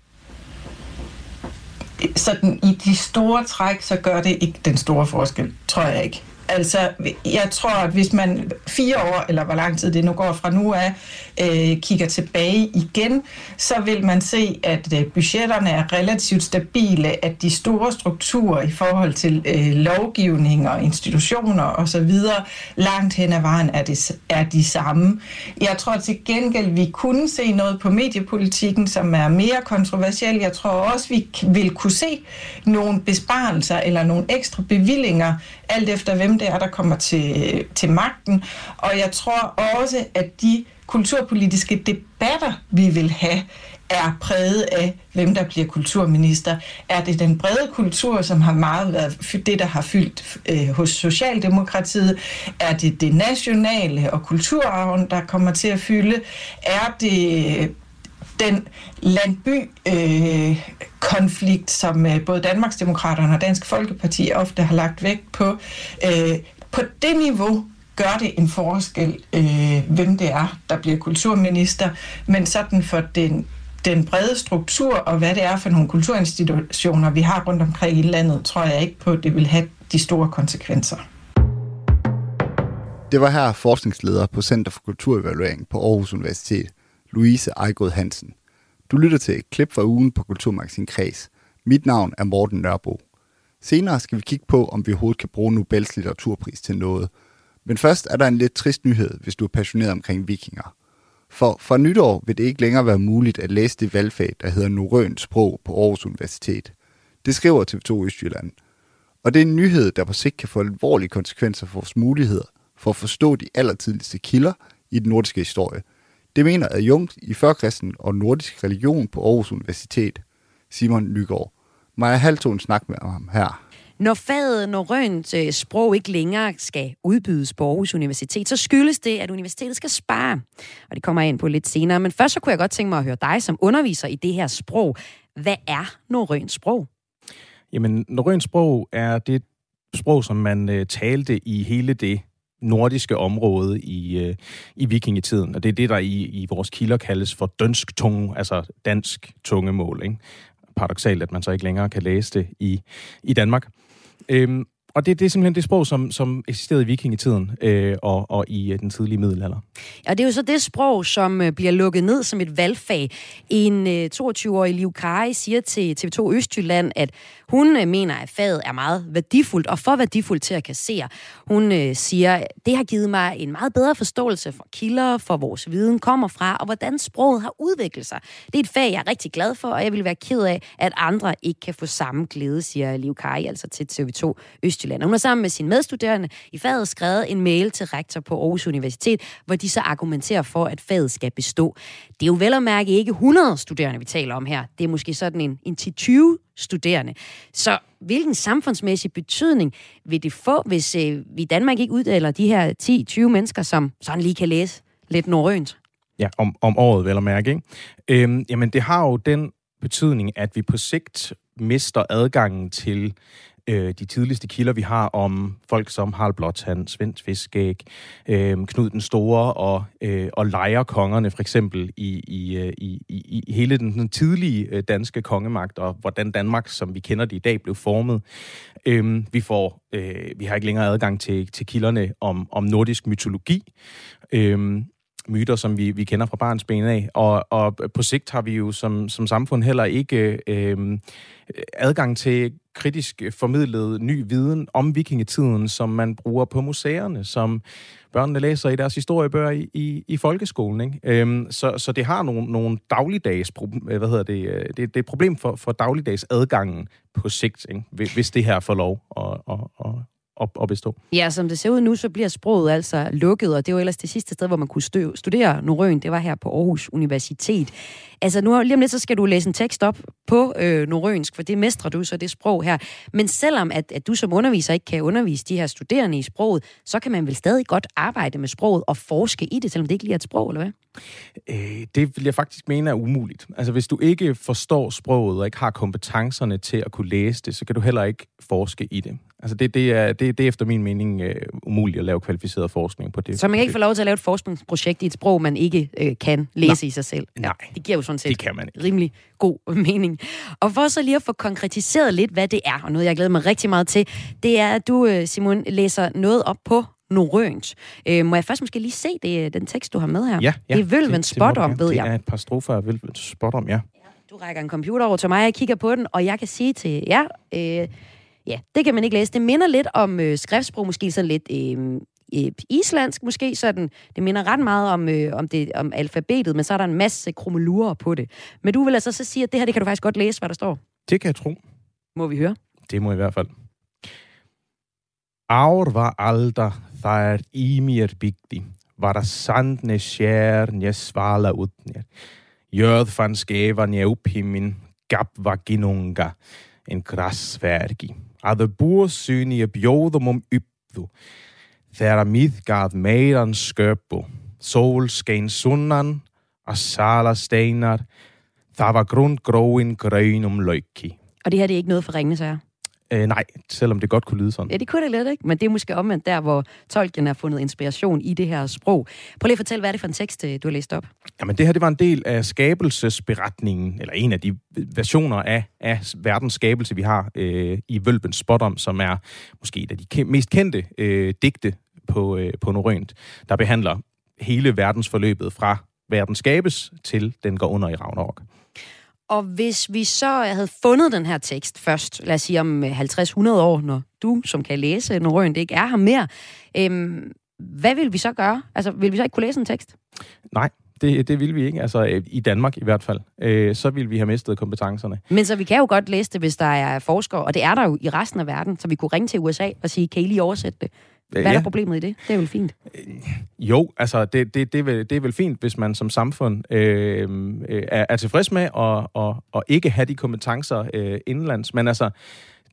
Sådan i de store træk, så gør det ikke den store forskel, tror jeg ikke. Altså, jeg tror, at hvis man fire år, eller hvor lang tid det nu går fra nu af, øh, kigger tilbage igen, så vil man se, at øh, budgetterne er relativt stabile, at de store strukturer i forhold til øh, lovgivning og institutioner osv. langt hen ad vejen er, det, er de samme. Jeg tror til gengæld, vi kunne se noget på mediepolitikken, som er mere kontroversiel. Jeg tror også, vi vil kunne se nogle besparelser eller nogle ekstra bevillinger, alt efter hvem det er, der kommer til, til magten. Og jeg tror også, at de kulturpolitiske debatter, vi vil have, er præget af, hvem der bliver kulturminister. Er det den brede kultur, som har meget været det, der har fyldt øh, hos Socialdemokratiet? Er det det nationale og kulturarven, der kommer til at fylde? Er det den landby-konflikt, øh, som øh, både Danmarksdemokraterne og Dansk Folkeparti ofte har lagt vægt på? Øh, på det niveau gør det en forskel, øh, hvem det er, der bliver kulturminister, men sådan for den, den brede struktur og hvad det er for nogle kulturinstitutioner, vi har rundt omkring i landet, tror jeg ikke på, at det vil have de store konsekvenser. Det var her forskningsleder på Center for Kulturevaluering på Aarhus Universitet, Louise Ejgod Hansen. Du lytter til et klip fra ugen på Kulturmagasin Kreds. Mit navn er Morten Nørbo. Senere skal vi kigge på, om vi overhovedet kan bruge Nobels litteraturpris til noget. Men først er der en lidt trist nyhed, hvis du er passioneret omkring vikinger. For fra nytår vil det ikke længere være muligt at læse det valgfag, der hedder norrønt sprog på Aarhus Universitet. Det skriver T V to Østjylland. Og det er en nyhed, der på sigt kan få alvorlige konsekvenser for vores muligheder for at forstå de allertidligste kilder i den nordiske historie. Det mener adjunkt i førkristen og nordisk religion på Aarhus Universitet, Simon Nygaard. Maja Hall tog en snak med ham her. Når faget norrønt sprog ikke længere skal udbydes på Aarhus Universitet, så skyldes det, at universitetet skal spare. Og det kommer jeg ind på lidt senere. Men først så kunne jeg godt tænke mig at høre dig som underviser i det her sprog. Hvad er norrønt sprog? Jamen, norrønt sprog er det sprog, som man øh, talte i hele det nordiske område i, øh, i vikingetiden. Og det er det, der i, i vores kilder kaldes for dansk tunge, altså dansk tungemål. Ikke? Paradoksalt, at man så ikke længere kan læse det i, i Danmark. Øhm, Og det, det er simpelthen det sprog, som, som eksisterede i vikingetiden øh, og, og i øh, den tidlige middelalder. Og det er jo så det sprog, som øh, bliver lukket ned som et valgfag. En øh, toogtyve-årig Liv Kari siger til T V to Østjylland, at hun øh, mener, at faget er meget værdifuldt og for værdifuldt til at kassere. Hun øh, siger, det har givet mig en meget bedre forståelse for kilder, for vores viden kommer fra, og hvordan sproget har udviklet sig. Det er et fag, jeg er rigtig glad for, og jeg vil være ked af, at andre ikke kan få samme glæde, siger Liv Kari altså til T V to Østjylland. Hun har sammen med sine medstuderende i faget skrevet en mail til rektor på Aarhus Universitet, hvor de så argumenterer for, at faget skal bestå. Det er jo vel at mærke ikke hundrede studerende, vi taler om her. Det er måske sådan en, en ti til tyve studerende. Så hvilken samfundsmæssig betydning vil det få, hvis øh, vi i Danmark ikke uddeler de her ti til tyve mennesker, som sådan lige kan læse lidt norrønt? Ja, om, om året vel at mærke, ikke? Øhm, jamen, det har jo den betydning, at vi på sigt mister adgangen til de tidligste kilder, vi har om folk som Harald Blåtand, Svend Tveskæg, øh, Knud den Store og, øh, og lejerkongerne for eksempel i, i, i, i, i hele den, den tidlige danske kongemagt, og hvordan Danmark, som vi kender det i dag, blev formet. Øh, vi, får, øh, vi har ikke længere adgang til, til kilderne om, om nordisk mytologi, øh, myter, som vi, vi kender fra barnsben af, og, og på sigt har vi jo som, som samfund heller ikke øh, adgang til kritisk formidlet ny viden om vikingetiden, som man bruger på museerne, som børnene læser i deres historiebøger i, i, i folkeskolen. Ikke? Øhm, så, så det har nogle, nogle dagligdags, hvad hedder det, det, det er et problem for, for dagligdags adgangen på sigt, ikke? Hvis det her får lov at, at, at, at, at bestå. Ja, som det ser ud nu, så bliver sproget altså lukket, og det var ellers det sidste sted, hvor man kunne stø- studere norrøn, det var her på Aarhus Universitet. Altså nu lige om lidt, så skal du læse en tekst op på øh, norrønsk, for det mestrer du så det sprog her. Men selvom at, at du som underviser ikke kan undervise de her studerende i sproget, så kan man vel stadig godt arbejde med sproget og forske i det, selvom det ikke lige er et sprog, eller hvad? Øh, det vil jeg faktisk mene er umuligt. Altså hvis du ikke forstår sproget og ikke har kompetencerne til at kunne læse det, så kan du heller ikke forske i det. Altså det, det, er, det, det er efter min mening øh, umuligt at lave kvalificeret forskning på det. Så man kan ikke få lov til at lave et forskningsprojekt i et sprog, man ikke øh, kan læse Nej. i sig selv? Nej. Det giver jo sådan set det kan man ikke. Rimelig god mening. Og for så lige at få konkretiseret lidt, hvad det er, og noget jeg glæder mig rigtig meget til, det er, at du, Simon, læser noget op på norrønt. Øh, må jeg først måske lige se det, den tekst, du har med her? Ja, ja. Det er Vølven spot om, ved jeg. Det er et par strofer af Vølven spot om, ja. Du rækker en computer over til mig, jeg kigger på den, og jeg kan sige til jer, øh, ja, det kan man ikke læse. Det minder lidt om øh, skriftsprog, måske sådan lidt øh, øh, islandsk, måske sådan. Det minder ret meget om, øh, om, det, om alfabetet, men så er der en masse krummelurer på det. Men du vil altså så sige, at det her, det kan du faktisk godt læse, hvad der står? Det kan jeg tro. Må vi høre? Det må i hvert fald. Ár var alda þær í mér byggði, var að sandne skjær nje svala utnir. Jörð fann skefan ég upp himmin, gab var ginunga, en grassvergi. Að búa syni ég bjóðum um uppðu, þegar miðgað meiran sköpu, sól skein sunnan, að sala steinar, það var grundgróin grønum lauki. Og det her, det er ikke noget for Ringnes her? Øh, nej, selvom det godt kunne lyde sådan. Ja, det kunne det lidt, ikke? Men det er måske omvendt der, hvor Tolkien har fundet inspiration i det her sprog. Prøv lige at fortælle, hvad er det for en tekst, du har læst op? Jamen, det her, det var en del af skabelsesberetningen, eller en af de versioner af, af verdens skabelse, vi har øh, i Vølvens spot om, som er måske et af de ke- mest kendte øh, digte på, øh, på norrønt, der behandler hele verdensforløbet fra verden skabes til den går under i Ragnarok. Og hvis vi så havde fundet den her tekst først, lad os sige om halvtreds til hundrede år, når du, som kan læse norrønt, ikke er her mere, øhm, hvad vil vi så gøre? Altså, vil vi så ikke kunne læse en tekst? Nej, det, det vil vi ikke. Altså, i Danmark i hvert fald. Øh, så vil vi have mistet kompetencerne. Men så vi kan jo godt læse det, hvis der er forskere, og det er der jo i resten af verden, så vi kunne ringe til U S A og sige, kan I lige oversætte det? Hvad er ja. der problemet i det? Det er jo fint. Jo, altså det, det, det, er, vel, det er vel fint, hvis man som samfund øh, er, er tilfreds med at og, og ikke have de kompetencer øh, indenlands. Men altså,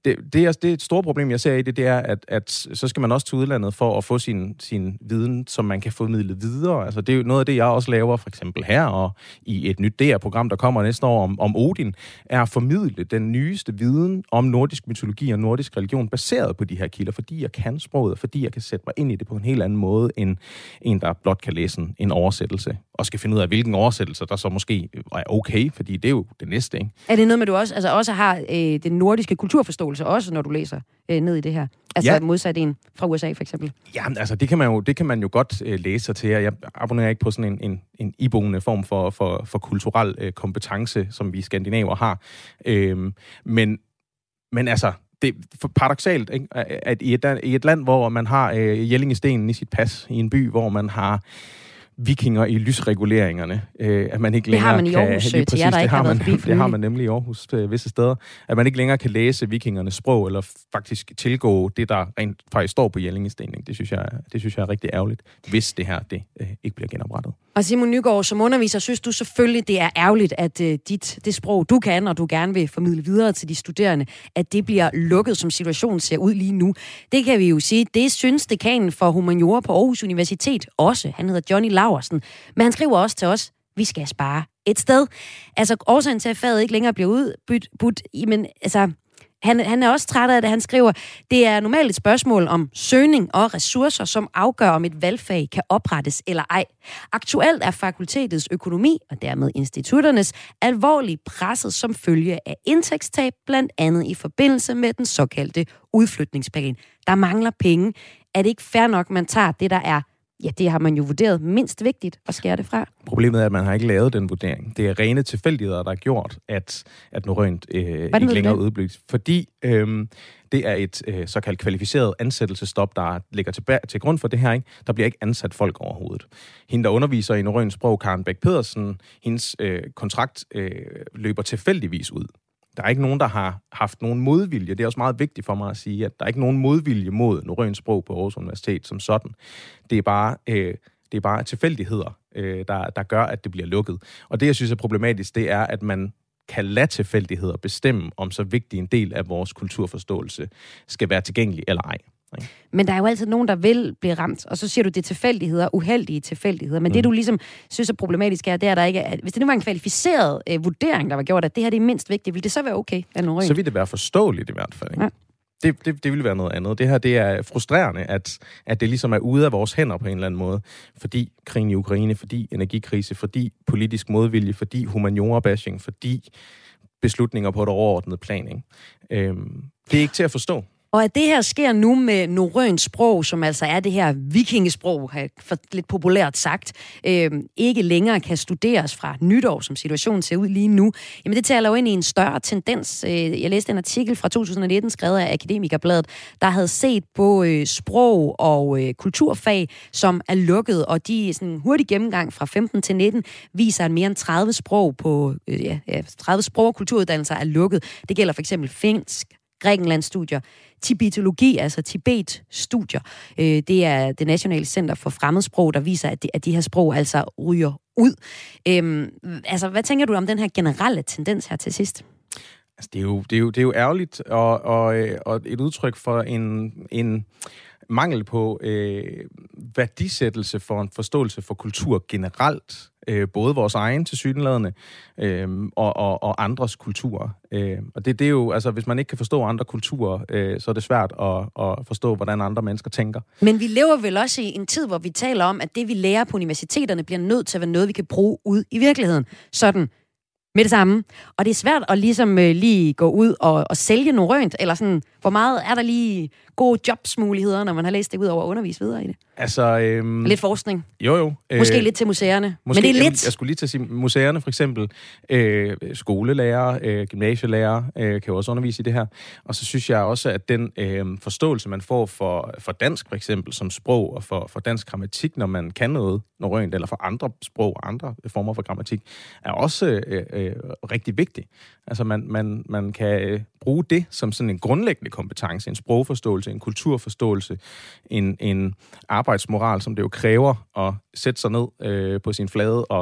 det, det, er, det er et stort problem, jeg ser i det, det er, at, at så skal man også til udlandet for at få sin, sin viden, som man kan formidle videre. Altså, det er jo noget af det, jeg også laver, for eksempel her, og i et nyt D R-program, der kommer næste år om, om Odin, er at formidle den nyeste viden om nordisk mytologi og nordisk religion, baseret på de her kilder, fordi jeg kan sproget, og fordi jeg kan sætte mig ind i det på en helt anden måde, end en, der blot kan læse en, en oversættelse, og skal finde ud af, hvilken oversættelse der så måske er okay, fordi det er jo det næste, ikke? Er det noget med, du også, altså også har øh, den nordiske kulturforståelse, også når du læser øh, ned i det her? Altså ja. Modsat en fra U S A, for eksempel. Jamen, altså, det kan man jo, det kan man jo godt øh, læse sig til. Jeg abonnerer ikke på sådan en, en, en iboende form for, for, for kulturel øh, kompetence, som vi skandinaver har. Øh, men, men altså, det er paradoksalt, ikke? At i et, i et land, hvor man har øh, Jellingestenen i sit pas, i en by, hvor man har vikinger i lysreguleringerne, øh, at man ikke længere kan... Det har man i Aarhus, kan, til jer, der ikke har været forbi. Det har man nemlig i Aarhus øh, visse steder. At man ikke længere kan læse vikingernes sprog, eller faktisk tilgå det, der rent faktisk står på Jellingestenen. Det synes jeg, det synes jeg er rigtig ærgerligt, hvis det her det, øh, ikke bliver genoprettet. Og Simon Nygaard, som underviser, synes du selvfølgelig, det er ærgerligt, at øh, dit, det sprog, du kan, og du gerne vil formidle videre til de studerende, at det bliver lukket, som situationen ser ud lige nu. Det kan vi jo sige, det synes dekanen for humaniora på Aarhus Universitet også. Han hedder Johnny Laursen. Men han skriver også til os, vi skal spare et sted. Altså, årsagen til, at faget ikke længere bliver udbudt, men altså... Han, han er også træt af det, han skriver, det er normalt et spørgsmål om søgning og ressourcer, som afgør, om et valgfag kan oprettes eller ej. Aktuelt er fakultetets økonomi, og dermed institutternes, alvorligt presset som følge af indtægtstab, blandt andet i forbindelse med den såkaldte udflytningsplan. Der mangler penge. Er det ikke fair nok, man tager det, der er? Ja, det har man jo vurderet mindst vigtigt at skære det fra. Problemet er, at man har ikke lavet den vurdering. Det er rene tilfældigheder, der har gjort, at, at Norrønt øh, ikke længere er udbygget. Fordi øh, det er et øh, såkaldt kvalificeret ansættelsesstop, der ligger til, til grund for det her. Ikke? Der bliver ikke ansat folk overhovedet. Hende, der underviser i Norrønt sprog, Karen Bæk Pedersen, hendes øh, kontrakt øh, løber tilfældigvis ud. Der er ikke nogen, der har haft nogen modvilje. Det er også meget vigtigt for mig at sige, at der er ikke nogen modvilje mod norrønt sprog på Aarhus Universitet som sådan. Det er bare, øh, det er bare tilfældigheder, øh, der, der gør, at det bliver lukket. Og det, jeg synes er problematisk, det er, at man kan lade tilfældigheder bestemme, om så vigtig en del af vores kulturforståelse skal være tilgængelig eller ej. Men der er jo altid nogen, der vil blive ramt, og så siger du, det er tilfældigheder, uheldige tilfældigheder. Men mm. det, du ligesom synes er problematisk, er, det er, der ikke er, hvis det nu var en kvalificeret øh, vurdering, der var gjort, at det her det er mindst vigtigt, vil det så være okay? Så vil det være forståeligt i hvert fald, ikke? Ja. Det, det, det vil være noget andet. Det her, det er frustrerende, at, at det ligesom er ude af vores hænder på en eller anden måde. Fordi krigen i Ukraine, fordi energikrise, fordi politisk modvilje, fordi humaniora-bashing, fordi beslutninger på et overordnet plan, ikke? Øhm, det er ikke til at forstå. Og at det her sker nu med norrønt sprog, som altså er det her vikingesprog, for lidt populært sagt, øh, ikke længere kan studeres fra nytår, som situationen ser ud lige nu, jamen det taler jo ind i en større tendens. Jeg læste en artikel fra to tusind nitten, skrevet af Akademikerbladet, der havde set på øh, sprog og øh, kulturfag, som er lukket, og de sådan hurtig gennemgang fra femten til nitten viser, at mere end tredive sprog på øh, ja, tredive sprog- og kulturuddannelser er lukket. Det gælder for eksempel finsk, Grækenlandsstudier, tibetologi, altså Tibet-studier. Det er det Nationale Center for Fremmedsprog, der viser, at de, at de her sprog altså ryger ud. Øhm, altså, hvad tænker du om den her generelle tendens her til sidst? Altså, det er jo, det er jo, det er jo ærgerligt, og, og, og et udtryk for en, en mangel på øh, værdisættelse for en forståelse for kultur generelt. Øh, både vores egen tilsyneladende øh, og, og, og andres kulturer. Øh, og det, det er jo, altså hvis man ikke kan forstå andre kulturer, øh, så er det svært at, at forstå, hvordan andre mennesker tænker. Men vi lever vel også i en tid, hvor vi taler om, at det vi lærer på universiteterne bliver nødt til at være noget, vi kan bruge ud i virkeligheden. Sådan med det samme. Og det er svært at ligesom øh, lige gå ud og, og sælge norrønt, eller sådan, hvor meget er der lige gode jobsmuligheder, når man har læst det ud over at undervise videre i det? Altså, øhm, lidt forskning. Jo, jo. Måske øh, lidt til museerne. Måske, men det er lidt. Jamen, jeg skulle lige til at sige, museerne for eksempel, øh, skolelærer, øh, gymnasielærer, øh, kan jo også undervise i det her. Og så synes jeg også, at den øh, forståelse, man får for, for dansk for eksempel, som sprog, og for, for dansk grammatik, når man kan noget norrønt, eller for andre sprog og andre former for grammatik, er også øh, øh, rigtig vigtig. Altså, man, man, man kan øh, bruge det som sådan en grundlæggende kompetence, en sprogforståelse, en kulturforståelse, en, en arbejdsmoral, som det jo kræver at sætte sig ned øh, på sin flade og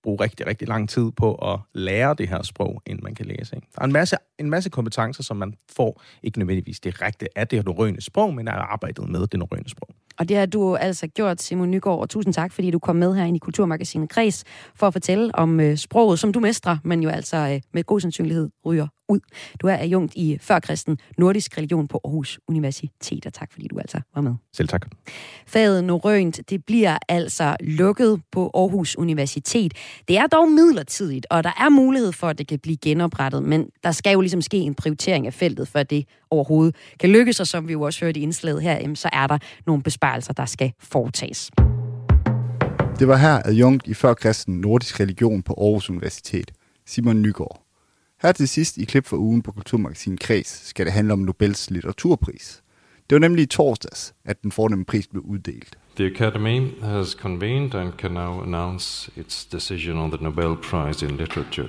bruge rigtig, rigtig lang tid på at lære det her sprog, inden man kan læse. Ikke? Der er en masse, en masse kompetencer, som man får, ikke nødvendigvis direkte af det norrøne sprog, men er arbejdet med det norrøne sprog. Og det har du altså gjort, Simon Nygaard, og tusind tak, fordi du kom med herinde i Kulturmagasinet Kreds for at fortælle om øh, sproget, som du mestrer, men jo altså øh, med god sandsynlighed ryger ud. Du er adjunkt i førkristen nordisk religion på Aarhus Universitet, og tak fordi du altså var med. Selv tak. Faget norrønt, det bliver altså lukket på Aarhus Universitet. Det er dog midlertidigt, og der er mulighed for, at det kan blive genoprettet, men der skal jo ligesom ske en prioritering af feltet, for at det overhovedet kan lykkes, og som vi jo også hørte i indslaget her, så er der nogle besparelser, der skal foretages. Det var her adjunkt i førkristen nordisk religion på Aarhus Universitet, Simon Nygaard. Her til sidst i klip for ugen på Kulturmagasinet Kreds skal det handle om Nobels litteraturpris. Det var nemlig i torsdags, at den fornemme pris blev uddelt. The Academy has convened and can now announce its decision on the Nobel Prize in Literature.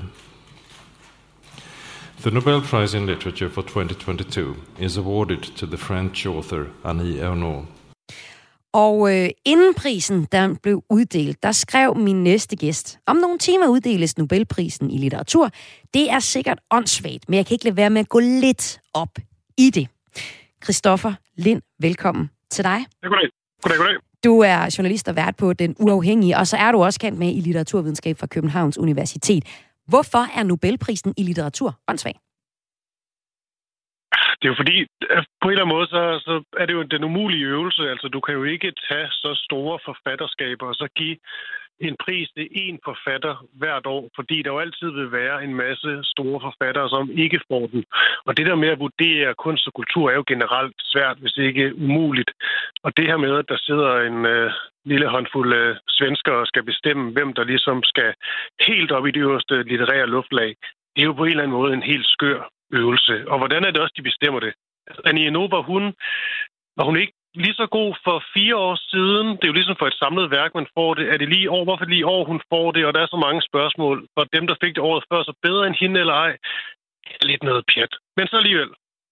The Nobel Prize in Literature for twenty twenty-two is awarded to the French author Annie Ernaux. Og øh, inden prisen der blev uddelt, der skrev min næste gæst, om nogle timer uddeles Nobelprisen i litteratur. Det er sikkert åndssvagt, men jeg kan ikke lade være med at gå lidt op i det. Christoffer Lind, velkommen til dig. Ja, goddag. Goddag, goddag. Du er journalist og vært på Den Uafhængige, og så er du også kendt med i litteraturvidenskab fra Københavns Universitet. Hvorfor er Nobelprisen i litteratur åndssvag? Det er jo fordi, på en eller anden måde, så, så er det jo den umulige øvelse. Altså, du kan jo ikke tage så store forfatterskaber og så give en pris til én forfatter hvert år, fordi der jo altid vil være en masse store forfattere, som ikke får den. Og det der med at vurdere kunst og kultur er jo generelt svært, hvis ikke umuligt. Og det her med, at der sidder en øh, lille håndfuld øh, svenskere og skal bestemme, hvem der ligesom skal helt op i det øverste litterære luftlag, det er jo på en eller anden måde en helt skør øvelse. Og hvordan er det også, de bestemmer det? Annie Ernaux, var hun, var hun ikke lige så god for fire år siden? Det er jo ligesom for et samlet værk, man får det. Er det lige år? Hvorfor lige år, hun får det? Og der er så mange spørgsmål. For dem, der fik det året før, så bedre end hende eller ej? Lidt noget pjat. Men så alligevel.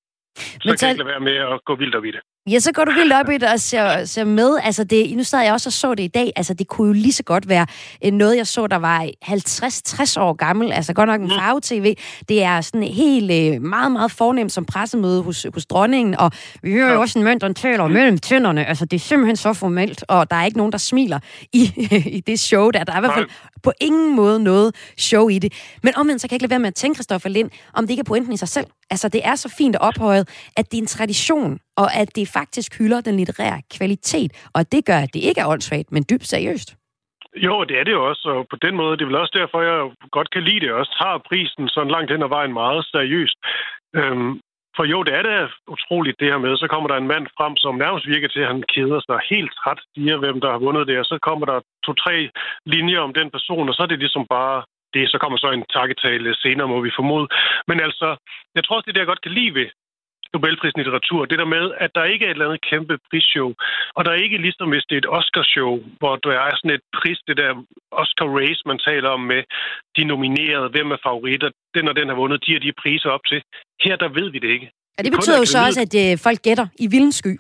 Så Men kan jeg ikke lade være med at gå vildt op i det. Ja, så går du vildt op i det og ser, ser med. Altså det, nu sad jeg også og så det i dag. Altså det kunne jo lige så godt være noget, jeg så, der var halvtreds til tres år gammel. Altså godt nok en farve-tv. Det er sådan helt meget, meget fornemt som pressemøde hos, hos dronningen. Og vi hører jo også en mønt, der taler mellem tænderne. Altså det er simpelthen så formelt, og der er ikke nogen, der smiler i, i det show der. Der er i hvert fald på ingen måde noget show i det. Men omvendt, så kan jeg ikke lade være med at tænke, Christoffer Lind, om det ikke er pointen i sig selv. Altså det er så fint og ophøjet, at det er en tradition, og at det faktisk hylder den litterære kvalitet, og at det gør, at det ikke er åndssvagt, men dybt seriøst. Jo, det er det jo også, og på den måde, det er vel også derfor, jeg godt kan lide det også, tager prisen sådan langt hen ad vejen meget seriøst. Øhm, for jo, det er da utroligt det her med, så kommer der en mand frem, som nærmest virker til, at han keder sig helt træt, siger, hvem der har vundet det, og så kommer der to-tre linjer om den person, og så er det ligesom bare det, så kommer så en takketale senere, må vi formode. Men altså, jeg tror også, det er det, jeg godt kan lide ved Nobelprisen i litteratur, det der med, at der ikke er et eller andet kæmpe prisshow, og der er ikke ligesom hvis det er et Oscarshow, hvor der er sådan et pris, det der Oscar-race, man taler om med de nominerede, hvem er favoritter, den og den har vundet, de og de priser op til. Her, der ved vi det ikke. Og det betyder jo så også, at øh, folk gætter i vildens sky.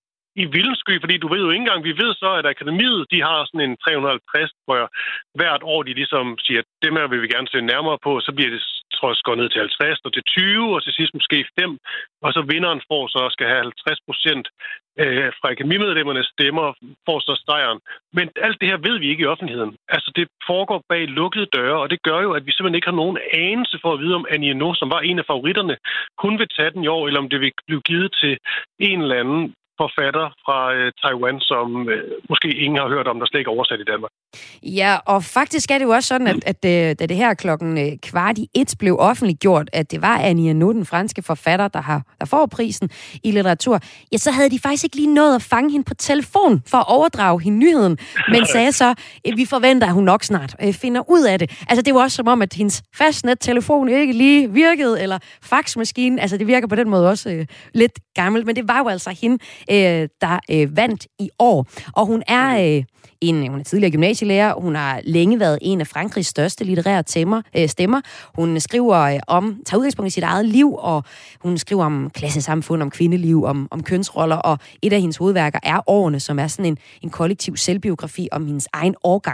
I vildens sky, fordi du ved jo ikke engang, vi ved så, at akademiet, de har sådan en tre hundrede og halvtreds, hvor hvert år de ligesom siger, at dem her vil vi gerne se nærmere på, så bliver det tror jeg, går ned til halvtreds og til tyve, og til sidst måske fem, og så vinderen får så skal have halvtreds procent øh, fra akademimedlemmernes stemmer, får så sejren. Men alt det her ved vi ikke i offentligheden. Altså det foregår bag lukkede døre, og det gør jo, at vi simpelthen ikke har nogen anelse for at vide, om Annie Ernaux, som var en af favoritterne, kun vil tage den i år, eller om det vil blive givet til en eller anden forfatter fra øh, Taiwan, som øh, måske ingen har hørt om, der slet ikke er oversat i Danmark. Ja, og faktisk er det jo også sådan, at, at, at da det her klokken øh, kvart i et blev offentliggjort, at det var Annie Ernaux, den franske forfatter, der, har, der får prisen i litteratur, ja, så havde de faktisk ikke lige nået at fange hende på telefon for at overdrage hende nyheden, men sagde så, at vi forventer, at hun nok snart øh, finder ud af det. Altså det var også som om, at hendes fastnet-telefon ikke lige virkede, eller faxmaskinen, altså det virker på den måde også øh, lidt gammelt, men det var jo altså hende, øh, der øh, vandt i år. Og hun er, øh, en, hun er tidligere gymnasielærer, hun har længe været en af Frankrigs største litterære temmer, øh, stemmer. Hun skriver øh, om, tager udgangspunkt i sit eget liv, og hun skriver om klassesamfund, om kvindeliv, om, om kønsroller, og et af hendes hovedværker er Årene, som er sådan en, en kollektiv selvbiografi om hendes egen årgang.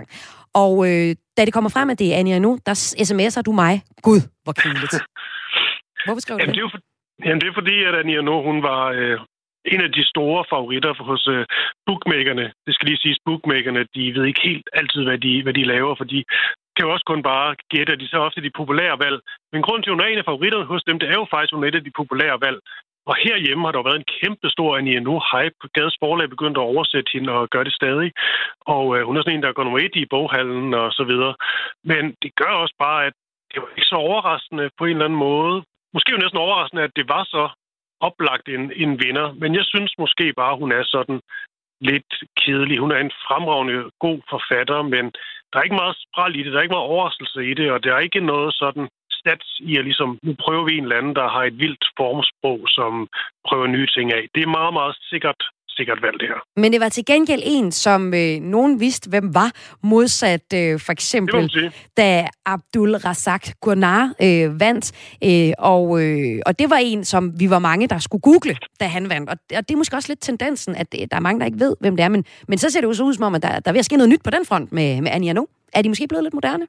Og øh, da det kommer frem, at det er Annie Ernaux, der sms'er du mig. Gud, hvor kedeligt. Hvorfor skrev du Jamen, det? Det er jo for, jamen, det er fordi, at Annie Ernaux, hun var øh, en af de store favoritter hos øh, bookmakerne. Det skal lige siges, bookmakerne, de ved ikke helt altid, hvad de, hvad de laver, fordi kan jo også kun bare gætte, at de så ofte de populære valg. Men grunden til, at hun er en af favoritterne hos dem, det er jo faktisk, at hun er et af de populære valg. Og herhjemme har der været en kæmpe stor Annie Ernaux-hype. Gades Forlag begyndte at oversætte hende og gøre det stadig. Og øh, hun er sådan en, der går nummer et i boghallen og så videre. Men det gør også bare, at det var ikke så overraskende på en eller anden måde. Måske jo næsten overraskende, at det var så oplagt en, en vinder. Men jeg synes måske bare, at hun er sådan lidt kedelig. Hun er en fremragende god forfatter, men der er ikke meget spræl i det. Der er ikke meget overraskelse i det, og der er ikke noget sådan stats i at ligesom, nu prøver vi en eller anden, der har et vildt formsprog, som prøver nye ting af. Det er meget, meget sikkert, sikkert valg, det her. Men det var til gengæld en, som øh, nogen vidste, hvem var, modsat øh, for eksempel, da Abdul Razak Gurnah øh, vandt. Øh, og, øh, og det var en, som vi var mange, der skulle google, da han vandt. Og, og det er måske også lidt tendensen, at der er mange, der ikke ved, hvem det er. Men, men så ser det jo så ud som om, at der, der er ved at ske noget nyt på den front med, med Annie Ernaux. Er de måske blevet lidt moderne?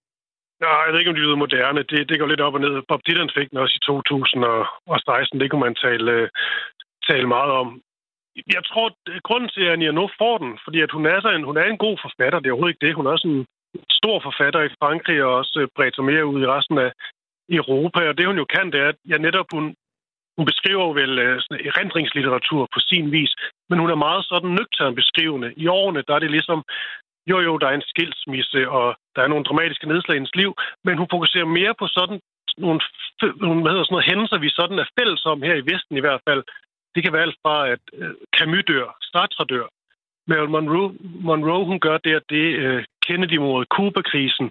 Nej, jeg ved ikke, om de er moderne. Det, det går lidt op og ned. Bob Dylan fik den også i to tusind og seksten. Det kunne man tale, tale meget om. Jeg tror, at grunden til, at Annie Ernaux får den, fordi at hun, er så en, hun er en god forfatter. Det er overhovedet ikke det. Hun er også en stor forfatter i Frankrig og også bredt sig mere ud i resten af Europa. Og det, hun jo kan, det er, at jeg netop hun, hun beskriver vel sådan erindringslitteratur på sin vis, men hun er meget sådan nøgtern beskrivende. I årene, der er det ligesom Jo, jo, der er en skilsmisse, og der er nogle dramatiske nedslag i hendes liv, men hun fokuserer mere på sådan nogle, nogle hvad hedder sådan noget, hændelser, vi sådan er fælles om her i Vesten i hvert fald. Det kan være alt fra, at Camus dør, Sartre dør. Marilyn Monroe, Monroe hun gør det, at det uh, Kennedy-mordet, Cuba-krisen,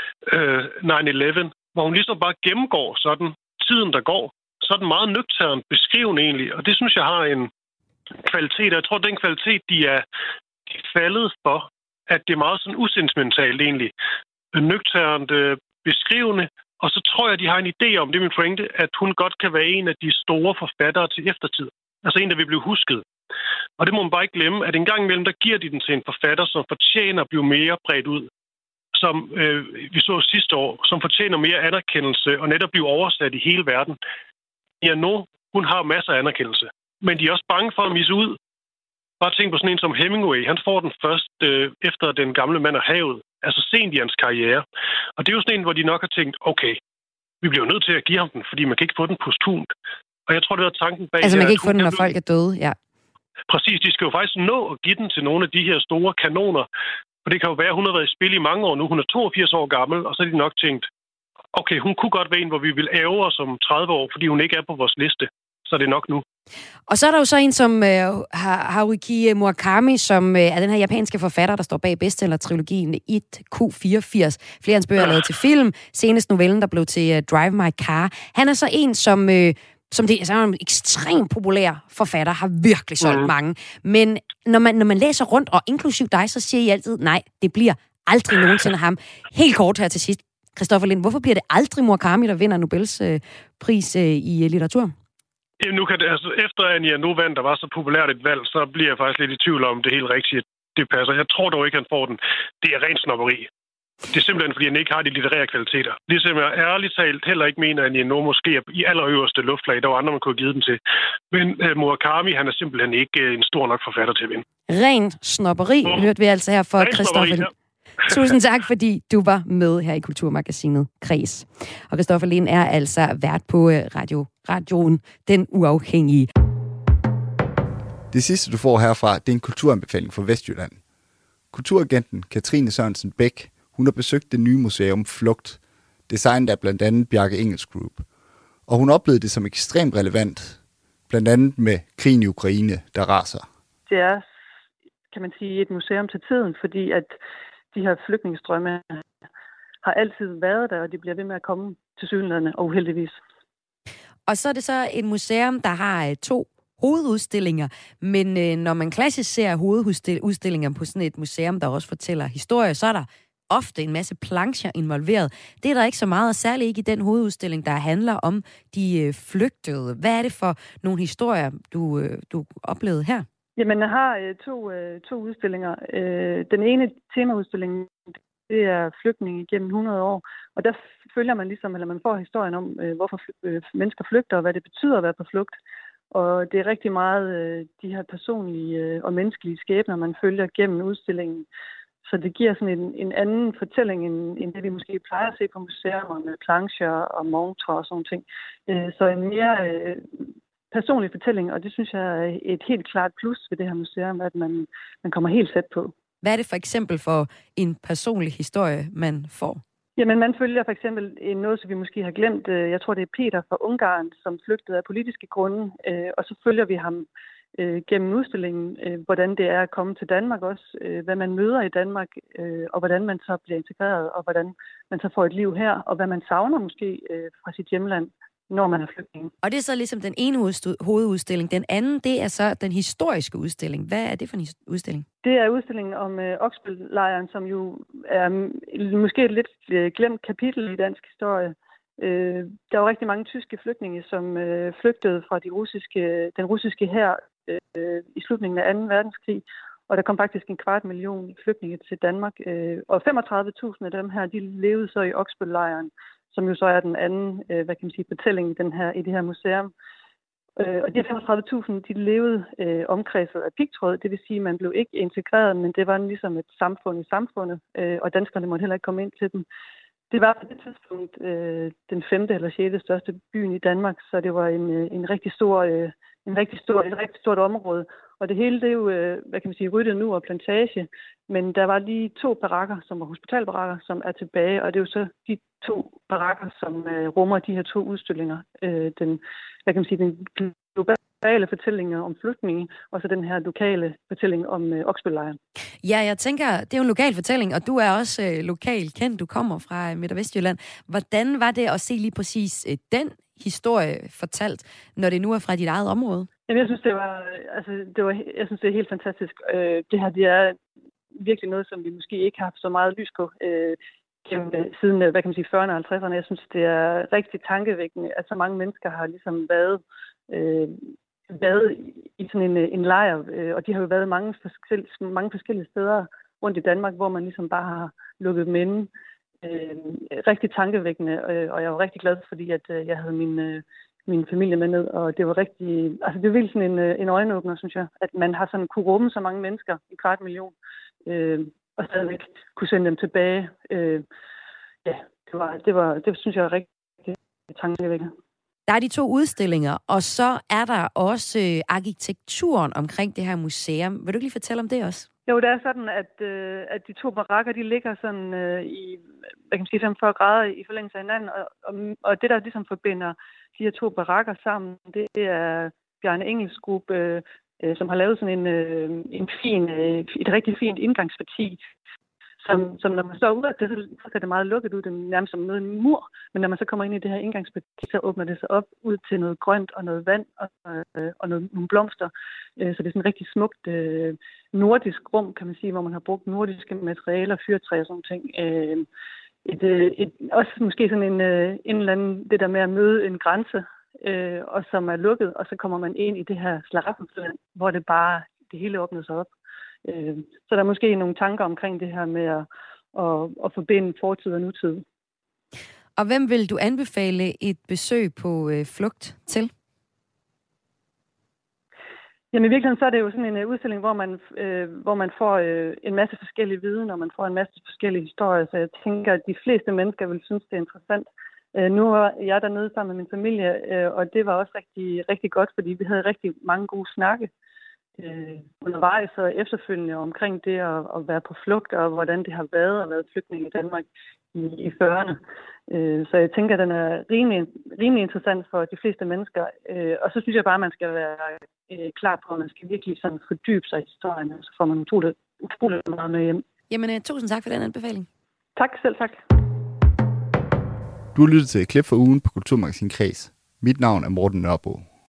uh, nine eleven, hvor hun ligesom bare gennemgår sådan tiden, der går. Sådan meget nøgternt beskrivende egentlig, og det synes jeg har en kvalitet. Jeg tror, den kvalitet, de er faldet for, at det er meget sådan usentimentalt egentlig. Nøgternt øh, beskrivende, og så tror jeg, at de har en idé om, det er min pointe, at hun godt kan være en af de store forfattere til eftertid. Altså en, der vil blive husket. Og det må man bare ikke glemme, at en gang imellem, der giver de den til en forfatter, som fortjener at blive mere bredt ud. Som øh, vi så sidste år, som fortjener mere anerkendelse og netop blive oversat i hele verden. Ja, nu, hun har masser af anerkendelse. Men de er også bange for at misse ud. Bare tænk på sådan en som Hemingway. Han får den først øh, efter Den gamle mand og havet. Altså sent i hans karriere. Og det er jo sådan en, hvor de nok har tænkt, okay, vi bliver nødt til at give ham den, fordi man kan ikke få den posthumt. Og jeg tror, det var tanken bag... Altså man kan ikke få den, når folk er døde, ja. Præcis, de skal jo faktisk nå at give den til nogle af de her store kanoner. For det kan jo være, at hun har været i spil i mange år nu. Hun er toogfirs år gammel, og så har de nok tænkt, okay, hun kunne godt være en, hvor vi vil ære os om tredive år, fordi hun ikke er på vores liste. Så er det nok nu. Og så er der jo så en som øh, Haruki Murakami, som øh, er den her japanske forfatter, der står bag bestseller-trilogien et Q fireogfirs. Flere af hans bøger er lavet til film. Senest novellen, der blev til uh, Drive My Car. Han er så en, som... Øh, som det altså, er en ekstremt populær forfatter, har virkelig solgt mm. mange. Men når man, når man læser rundt, og inklusiv dig, så siger I altid, nej, det bliver aldrig nogensinde ham. Helt kort her til sidst. Christoffer Lind, hvorfor bliver det aldrig Murakami, der vinder Nobels øh, pris øh, i litteratur? Nu kan det, altså, efter Annie Ernaux vandt, der var så populært et valg, så bliver jeg faktisk lidt i tvivl om, det helt rigtigt, det passer. Jeg tror dog ikke, han får den. Det er rent snobberi. Det er simpelthen, fordi han ikke har de litterære kvaliteter. Ligesom jeg ærligt talt heller ikke mener, at Annie Ernaux måske er i allerøverste luftlag. Der var andre, man kunne have givet den til. Men uh, Murakami, han er simpelthen ikke uh, en stor nok forfatter til at vinde. Rent snobberi, oh. hørte vi altså her for Christoffer Lind. Tusind tak, fordi du var med her i Kulturmagasinet Kreds. Og Christoffer Lind er altså vært på radio, radioen Den Uafhængige. Det sidste, du får herfra, det er en kulturanbefaling fra Vestjylland. Kulturagenten Katrine Sørensen Bæk, hun har besøgt det nye museum Flugt, designet af blandt andet Bjarke Ingels Group. Og hun oplevede det som ekstremt relevant, blandt andet med krigen i Ukraine, der raser. Det er, kan man sige, et museum til tiden, fordi at de her flygtningestrømme har altid været der, og de bliver ved med at komme til sygelandene, og uheldigvis. Og så er det så et museum, der har to hovedudstillinger, men øh, når man klassisk ser hovedudstillinger på sådan et museum, der også fortæller historie, så er der ofte en masse plancher involveret. Det er der ikke så meget, og særligt ikke i den hovedudstilling, der handler om de øh, flygtede. Hvad er det for nogle historier, du, øh, du oplevede her? Jamen, jeg har øh, to, øh, to udstillinger. Øh, den ene temaudstilling det er flygtninge igennem hundrede år. Og der følger man ligesom, eller man får historien om, øh, hvorfor øh, mennesker flygter, og hvad det betyder at være på flugt. Og det er rigtig meget øh, de her personlige øh, og menneskelige skæbner, man følger gennem udstillingen. Så det giver sådan en, en anden fortælling, end, end det vi måske plejer at se på museer med plancher og montre og sådan ting. Øh, så en mere øh, personlig fortælling, og det synes jeg er et helt klart plus ved det her museum, at man, man kommer helt tæt på. Hvad er det for eksempel for en personlig historie, man får? Jamen, man følger for eksempel noget, som vi måske har glemt. Jeg tror, det er Peter fra Ungarn, som flygtede af politiske grunde, og så følger vi ham gennem udstillingen, hvordan det er at komme til Danmark også, hvad man møder i Danmark, og hvordan man så bliver integreret, og hvordan man så får et liv her, og hvad man savner måske fra sit hjemland, når man er flygtning. Og det er så ligesom den ene hovedudstilling. Den anden, det er så den historiske udstilling. Hvad er det for en udstilling? Det er udstillingen om øh, Oksbøl-lejren, som jo er måske et lidt øh, glemt kapitel i dansk historie. Øh, der var rigtig mange tyske flygtninge, som øh, flygtede fra de russiske, den russiske hær øh, i slutningen af anden verdenskrig. Og der kom faktisk en kvart million flygtninge til Danmark. Øh, og femogtredive tusind af dem her, de levede så i Oksbøl-lejren, som jo så er den anden, øh, hvad kan man sige, fortælling i, den her, i det her museum. Øh, og de femogtredive tusind, de levede øh, omkredset af pigtråd, det vil sige, at man blev ikke integreret, men det var ligesom et samfund i samfundet, øh, og danskerne måtte heller ikke komme ind til dem. Det var på det tidspunkt øh, den femte eller sjette største byen i Danmark, så det var en, øh, en rigtig stor, øh, en rigtig stor, et rigtig stort område. Og det hele, det er jo, øh, hvad kan man sige, ryddet nu og plantage, men der var lige to barakker, som var hospitalbarakker, som er tilbage, og det er jo så de to barakker, som øh, rummer de her to udstillinger. Øh, den, hvad kan man sige, den globale fortælling om flygtninge, og så den her lokale fortælling om øh, Oksbøl-lejren. Ja, jeg tænker, det er jo en lokal fortælling, og du er også øh, lokal kendt, du kommer fra Midt- og Vestjylland. Hvordan var det at se lige præcis øh, den historie fortalt, når det nu er fra dit eget område? Jamen, jeg synes, det var, altså, det var, jeg synes, det er helt fantastisk. Øh, det her, det er virkelig noget, som vi måske ikke har haft så meget lys på øh, gennem, siden, hvad kan man sige, fyrrerne og halvtredserne. Jeg synes, det er rigtig tankevækkende, at så mange mennesker har ligesom været, øh, været i sådan en, en lejr, øh, og de har jo været mange forskellige, mange forskellige steder rundt i Danmark, hvor man ligesom bare har lukket dem inde. Øh, rigtig tankevækkende, øh, og jeg var rigtig glad, fordi at, øh, jeg havde min... Øh, min familie med ned, og det var rigtig, altså det var virkelig sådan en, en øjenåbner, synes jeg, at man har sådan kunne rumme så mange mennesker, en kvart million, øh, og stadigvæk kunne sende dem tilbage. Øh, ja, det var, det var, det synes jeg er rigtig tankevækkende. Der er de to udstillinger, og så er der også øh, arkitekturen omkring det her museum. Vil du ikke lige fortælle om det også? Jo, det er sådan, at, øh, at de to barakker, de ligger sådan øh, i, hvad kan man sige, femogfyrre grader i forlængelse af hinanden, og, og, og det, der ligesom forbinder de her to barakker sammen, det er Bjarne Engels gruppe, øh, som har lavet sådan en, øh, en fin, øh, et rigtig fint indgangsparti, som, som når man står ud af det, så ser det meget lukket ud, det er nærmest som noget en mur, men når man så kommer ind i det her indgangsparti, så åbner det sig op ud til noget grønt og noget vand og, øh, og noget, nogle blomster. Øh, så det er sådan et rigtig smukt øh, nordisk rum, kan man sige, hvor man har brugt nordiske materialer, fyrtræ og sådan ting. Øh, et, et, også måske sådan en, en eller anden, det der med at møde en grænse, øh, og som er lukket, og så kommer man ind i det her slaraffenland, hvor det bare, det hele åbner sig op. Øh, så der er måske nogle tanker omkring det her med at, at, at forbinde fortid og nutid. Og hvem vil du anbefale et besøg på øh, flugt til? Jamen i virkeligheden så er det jo sådan en uh, udstilling, hvor man, øh, hvor man får øh, en masse forskellige viden, og man får en masse forskellige historier, så jeg tænker, at de fleste mennesker vil synes, det er interessant. Øh, nu var jeg dernede sammen med min familie, øh, og det var også rigtig, rigtig godt, fordi vi havde rigtig mange gode snakke øh, undervejs og efterfølgende omkring det at, at være på flugt, og hvordan det har været at være flygtning i Danmark i, i fyrrerne. Øh, så jeg tænker, at den er rimelig, rimelig interessant for de fleste mennesker, øh, og så synes jeg bare, at man skal være øh, klar på, at man skal virkelig sådan fordybe sig i historien, så får man utroligt, utroligt meget med hjem. Jamen, uh, tusind tak for den anbefaling. Tak, selv tak. Du har lyttet til et klip fra ugen på Kulturmagasin Kreds. Mit navn er Morten Nørbo.